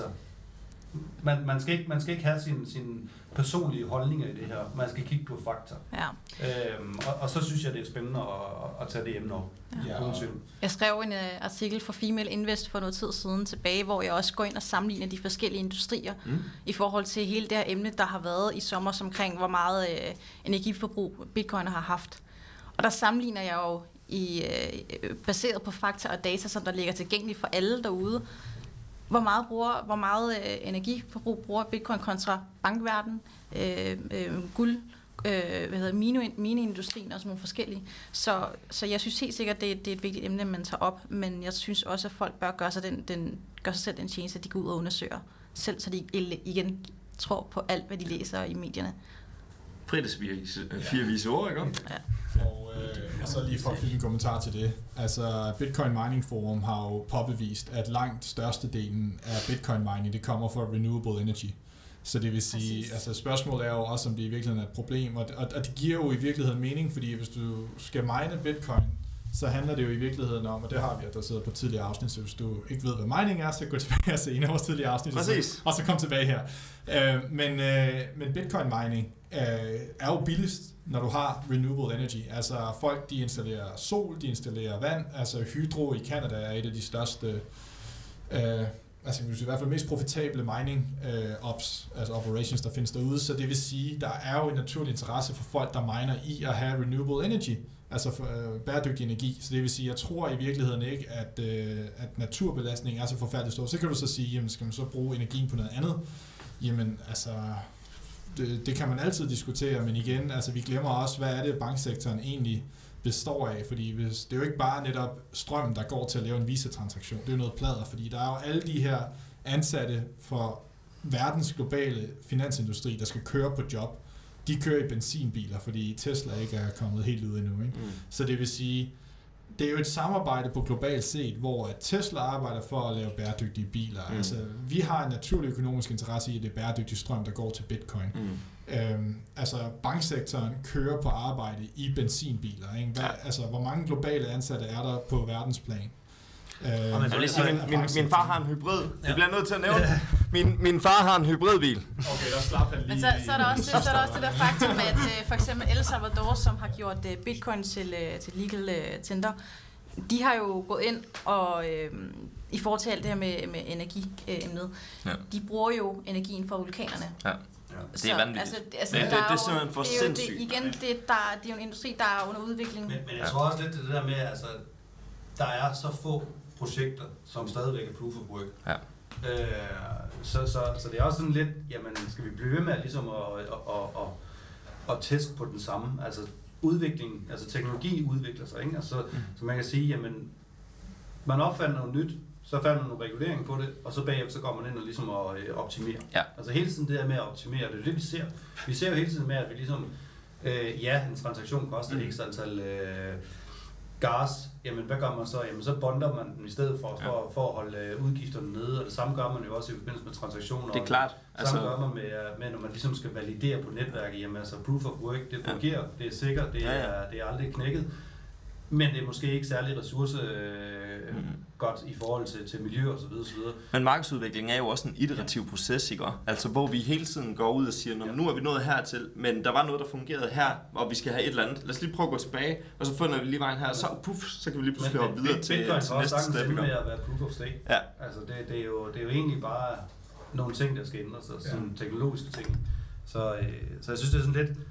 Speaker 3: man, man, skal, ikke, man skal ikke have sine sin personlige holdninger i det her. Man skal kigge på fakta.
Speaker 7: Ja.
Speaker 3: Øhm, og, og så synes jeg, det er spændende at, at tage det emne op.
Speaker 6: Ja.
Speaker 3: Uden tvivl.
Speaker 7: Jeg skrev en uh, artikel for Female Invest for noget tid siden tilbage, hvor jeg også går ind og sammenligner de forskellige industrier mm. i forhold til hele det her emne, der har været i sommer omkring, hvor meget uh, energiforbrug bitcoin har haft. Og der sammenligner jeg jo i, uh, baseret på fakta og data, som der ligger tilgængeligt for alle derude, hvor meget, bruger, hvor meget øh, energiforbrug bruger bitcoin kontra bankverden, øh, øh, guld, øh, hvad hedder mine, mineindustrien og sådan nogle forskellige. Så, så jeg synes helt sikkert, det, det er et vigtigt emne, man tager op, men jeg synes også, at folk bør gøre sig, den, den, gøre sig selv den tjeneste, at de går ud og undersøger selv, så de igen tror på alt, hvad de læser i medierne.
Speaker 5: Fredagsvise, fire vise ord, ikke?
Speaker 7: Ja.
Speaker 6: Og, øh, Og så lige for at knytte en kommentar til det. Altså, Bitcoin Mining Forum har jo påbevist, at langt størstedelen af Bitcoin mining, det kommer fra renewable energy. Så det vil sige, Præcis. altså spørgsmålet er jo også, om det i virkeligheden er et problem, og, og, og det giver jo i virkeligheden mening, fordi hvis du skal mine Bitcoin, så handler det jo i virkeligheden om, og det har vi adresseret på tidligere afsnit, så hvis du ikke ved, hvad mining er, så gå tilbage og se en af vores tidligere afsnit,
Speaker 5: Præcis.
Speaker 6: og så kom tilbage her. Uh, men, uh, men Bitcoin mining uh, er jo billigst, når du har renewable energy. Altså folk, de installerer sol, de installerer vand, altså Hydro i Canada er et af de største, uh, altså i hvert fald mest profitable mining uh, ops, altså operations, der findes derude, så det vil sige, der er jo en naturlig interesse for folk, der miner i at have renewable energy, altså for, øh, bæredygtig energi. Så det vil sige, jeg tror i virkeligheden ikke, at, øh, at naturbelastningen er så forfærdeligt stor. Så kan du så sige, jamen skal man så bruge energien på noget andet? Jamen altså, det, det kan man altid diskutere, men igen, altså vi glemmer også, hvad er det banksektoren egentlig består af, fordi hvis, det er jo ikke bare netop strøm, der går til at lave en Visa-transaktion, det er jo noget pladder, fordi der er jo alle de her ansatte for verdens globale finansindustri, der skal køre på job. De kører i benzinbiler, fordi Tesla ikke er kommet helt ud endnu. Ikke? Mm. Så det vil sige, det er jo et samarbejde på globalt set, hvor Tesla arbejder for at lave bæredygtige biler. Mm. Altså, vi har en naturlig økonomisk interesse i, at det er bæredygtig strøm, der går til Bitcoin. Mm. Øhm, altså, banksektoren kører på arbejde i benzinbiler. Ikke? Hvad, altså, hvor mange globale ansatte er der på verdensplan?
Speaker 5: Øh, jeg vil sige, min, min, min far har en hybrid. Ja. Jeg bliver nødt til at nævne ja. min, min far har en hybridbil.
Speaker 6: Okay, der slap han lige.
Speaker 7: Men så, så, er der også, så er der også det der faktum, at uh, for eksempel El Salvador, som har gjort uh, Bitcoin til, uh, til legal uh, tender, de har jo gået ind og uh, i forhold til alt det her med, med energiemnet, uh, ja. de bruger jo energien fra vulkanerne.
Speaker 5: Ja. Ja, det er vanvittigt.
Speaker 7: Altså, altså,
Speaker 5: det, det, det er simpelthen for
Speaker 7: det er
Speaker 5: sindssygt.
Speaker 7: Det, igen, det, der, det er jo en industri, der er under udvikling.
Speaker 3: Men, men jeg tror også lidt det der med, altså, der er så få projekter, som stadigvæk er proof of work. Ja. Øh, så, så, så det er også sådan lidt, jamen skal vi blive ved med ligesom at, at, at, at, at teste på den samme, altså udvikling, altså teknologi udvikler sig, ikke? Altså, mm. så man kan sige, jamen man opfandt noget nyt, så fandt man nogle regulering på det, og så bagefter så går man ind og ligesom at øh, optimere. Ja. Altså hele tiden det der med at optimere, det er det vi ser. Vi ser jo hele tiden med, at vi ligesom, øh, ja, en transaktion koster mm. ekstra antal øh, gas, jamen hvad gør man så? Jamen så bonder man den i stedet for, for, ja. for at holde øh, udgifterne nede, og det samme gør man jo også i forbindelse med transaktioner.
Speaker 5: Det er klart.
Speaker 3: Det samme altså gør man med, med, når man ligesom skal validere på netværket, jamen altså proof of work, det fungerer, ja. det er sikkert, det, ja, ja. Er, det er aldrig knækket. Men det er måske ikke særlig ressource øh, mm. godt i forhold til, til miljø og så videre, så videre.
Speaker 5: Men markedsudvikling er jo også en iterativ proces, ikke? Altså hvor vi hele tiden går ud og siger, ja. nu er vi nået hertil, men der var noget, der fungerede her, og vi skal have et eller andet. Lad os lige prøve at gå tilbage, og så finder vi lige vejen her, og så puff, så kan vi lige pludselig hoppe videre til,
Speaker 3: Bitcoin
Speaker 5: til næste step.
Speaker 3: Bitcoin med at være proof of stake.
Speaker 5: Ja.
Speaker 3: Altså det, det, er jo, det er jo egentlig bare nogle ting, der skal ændre sig, sådan ja. teknologiske ting. Så, øh, så jeg synes, det er sådan lidt...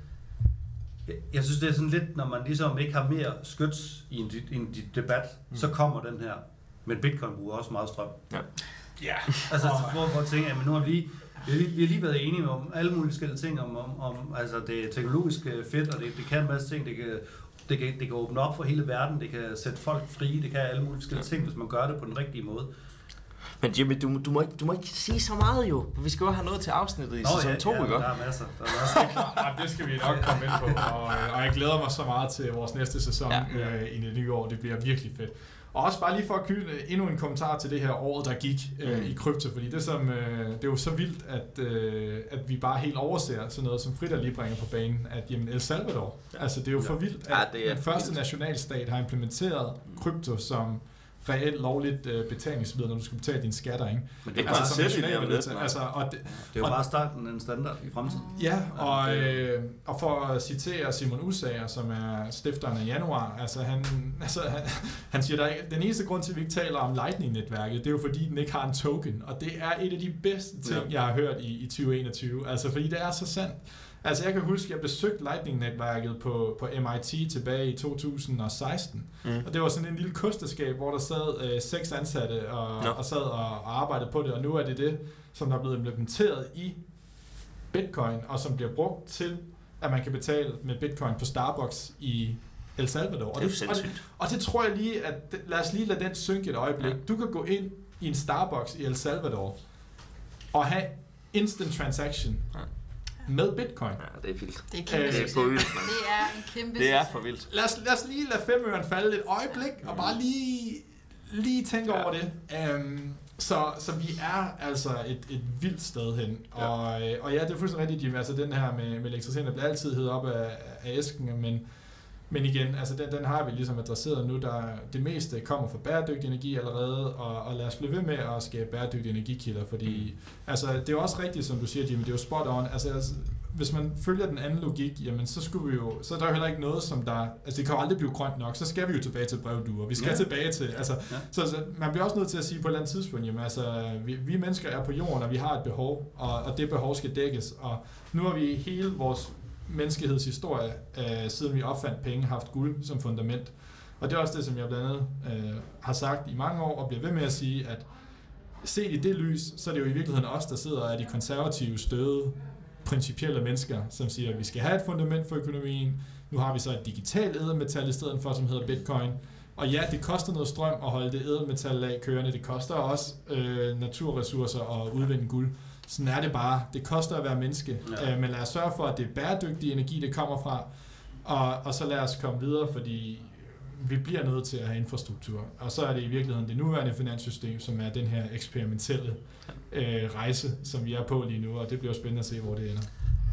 Speaker 3: Jeg synes, det er sådan lidt, når man ligesom ikke har mere skyts i en, i en debat, mm. så kommer den her. Men Bitcoin bruger også meget strøm. Ja.
Speaker 6: Ja.
Speaker 3: Altså, hvor, hvor tænker jeg, men nu har vi, vi, har lige, vi har lige været enige om alle mulige forskellige ting, om, om, om altså det er teknologisk fedt, og det, det kan en masse ting, det kan, det, kan, det kan åbne op for hele verden, det kan sætte folk fri, det kan alle mulige forskellige ting, hvis man gør det på den rigtige måde.
Speaker 5: Men Jimmy, du, du, må ikke, du må ikke sige så meget jo, for vi skal jo have noget til afsnittet i Nå, sæson
Speaker 3: ja,
Speaker 5: to,
Speaker 3: ja,
Speaker 5: ikke?
Speaker 3: Der er masser. Der er masser.
Speaker 6: Ja, det skal vi nok komme ind på, og, og jeg glæder mig så meget til vores næste sæson ja. øh, i det nye år. Det bliver virkelig fedt. Og også bare lige for at knytte endnu en kommentar til det her år, der gik øh, mm. i krypto, fordi det, som, øh, det er jo så vildt, at, øh, at vi bare helt overser sådan noget, som Frida lige bringer på banen, at jamen, El Salvador, ja. altså det er jo for vildt, at ja, den første vildt. nationalstat har implementeret krypto som reelt lovligt øh, betalingsmiddel, når du skal betale dine skatter, ikke?
Speaker 5: Men det er altså, bare
Speaker 6: nationalvaluta. Altså, og det,
Speaker 3: det er jo og, bare starten af en standard i fremtiden.
Speaker 6: Ja, og, øh, og for at citere Simon Usager, som er stifteren af Januar, altså han, altså, han, han siger, at den eneste grund til, at vi ikke taler om Lightning-netværket, det er jo fordi, den ikke har en token, og det er et af de bedste ting, ja. jeg har hørt i, i tyve enogtyve, altså fordi det er så sandt. Altså jeg kan huske, at jeg besøgte Lightning-netværket på, på M I T tilbage i to tusind og seksten. Mm. Og det var sådan en lille kosteskab, hvor der sad øh, seks ansatte og, ja. og sad og, og arbejdede på det. Og nu er det det, som der er blevet implementeret i Bitcoin, og som bliver brugt til, at man kan betale med Bitcoin på Starbucks i El Salvador. Og
Speaker 5: det,
Speaker 6: det, og, det, og det tror jeg lige, at lad os lige lade den synke et øjeblik. Ja. Du kan gå ind i en Starbucks i El Salvador og have instant transaction. Ja. med bitcoin.
Speaker 5: Ja, det er vildt.
Speaker 7: Det er kæmpe
Speaker 6: Øh,
Speaker 7: succes.
Speaker 5: det er for vildt, mand.
Speaker 7: Det er en kæmpe
Speaker 5: Det er
Speaker 7: succes.
Speaker 5: for vildt.
Speaker 6: Lad os, lad os lige lade femøren falde et øjeblik, og bare lige, lige tænke ja. over det. Um, så, så vi er altså et, et vildt sted hen. Ja. Og, og ja, det er fuldstændig rigtigt, Jimmy. Altså den her med, med elektriciteten, der bliver altid heddet op af, af æsken, men, men igen, altså den, den har vi ligesom adresseret nu. Der, det meste kommer fra bæredygtig energi allerede, og, og lad os blive ved med at skabe bæredygtige energikilder, fordi mm. altså, det er jo også rigtigt, som du siger, Jimmy, det er jo spot on. Altså, altså hvis man følger den anden logik, jamen så skulle vi jo, så er der jo heller ikke noget, som der, altså det kan jo aldrig blive grønt nok, så skal vi jo tilbage til brevduer, vi skal ja. tilbage til, altså, ja. så, så man bliver også nødt til at sige på et eller andet tidspunkt, jamen altså, vi, vi mennesker er på jorden, og vi har et behov, og, og det behov skal dækkes, og nu har vi hele vores menneskehedshistorie, øh, siden vi opfandt penge, haft guld som fundament, og det er også det, som jeg blandt andet øh, har sagt i mange år, og bliver ved med at sige, at set i det lys, så er det jo i virkeligheden os, der sidder af de konservative støde, principielle mennesker, som siger, at vi skal have et fundament for økonomien. Nu har vi så et digitalt ædelmetal i stedet for, som hedder bitcoin. Og ja, det koster noget strøm at holde det ædelmetal af kørende. Det koster også øh, naturressourcer at udvinde guld. Sådan er det bare. Det koster at være menneske. Ja. Øh, men lad os sørge for, at det er bæredygtig energi, det kommer fra. Og, og så lad os komme videre, fordi vi bliver nødt til at have infrastruktur. Og så er det i virkeligheden det nuværende finanssystem, som er den her eksperimentelle øh, rejse, som vi er på lige nu, og det bliver spændende at se, hvor det ender.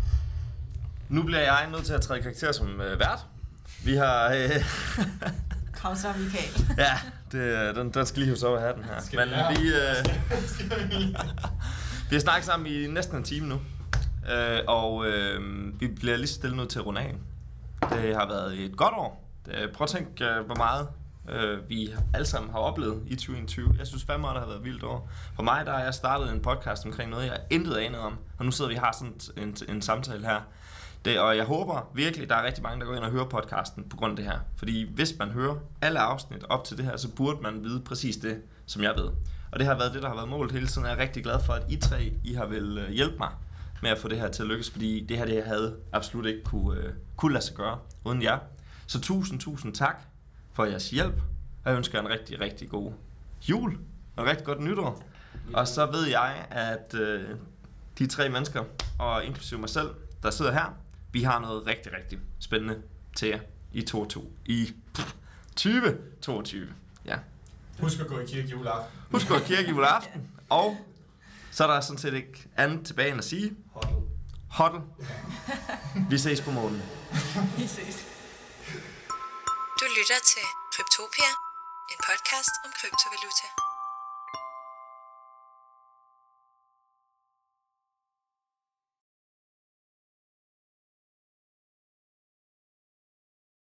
Speaker 5: Nu bliver jeg nødt til at træde karakter som øh, vært. Vi har... Øh...
Speaker 7: Kom så, Michael.
Speaker 5: ja, det, den, den skal lige hos op af hatten her.
Speaker 6: Skal
Speaker 5: Men
Speaker 6: vi,
Speaker 5: vi, øh... vi har snakket sammen i næsten en time nu, øh, og øh, vi bliver lige stille nødt til at runde af. Det har været et godt år. Prøv at tænke, hvor meget øh, vi alle sammen har oplevet i tyve enogtyve. Jeg synes fandme, det har været et vildt år. For mig, der har jeg startet en podcast omkring noget, jeg intet anede om. Og nu sidder vi og har sådan en, en samtale her. Det, og jeg håber virkelig, der er rigtig mange, der går ind og hører podcasten på grund af det her. Fordi hvis man hører alle afsnit op til det her, så burde man vide præcis det, som jeg ved. Og det har været det, der har været målet hele tiden. Jeg er rigtig glad for, at I tre I har vel hjælpe mig med at få det her til at lykkes. Fordi det her, det havde absolut ikke kunne, uh, kunne lade sig gøre uden jer. Så tusind, tusind tak for jeres hjælp. Og jeg ønsker jer en rigtig, rigtig god jul. Og rigtig godt nytår. Og så ved jeg, at øh, de tre mennesker, og inklusive mig selv, der sidder her, vi har noget rigtig, rigtig spændende til jer i, i tyve toogtyve. Ja.
Speaker 6: Husk at gå i kirke juleaften.
Speaker 5: Husk at gå i kirke juleaften. Og så er der sådan set ikke andet tilbage end at sige...
Speaker 6: Hodl.
Speaker 5: Hodl. Vi ses på månen.
Speaker 7: Vi ses.
Speaker 4: Du lytter til Kryptopia, en podcast om kryptovaluta.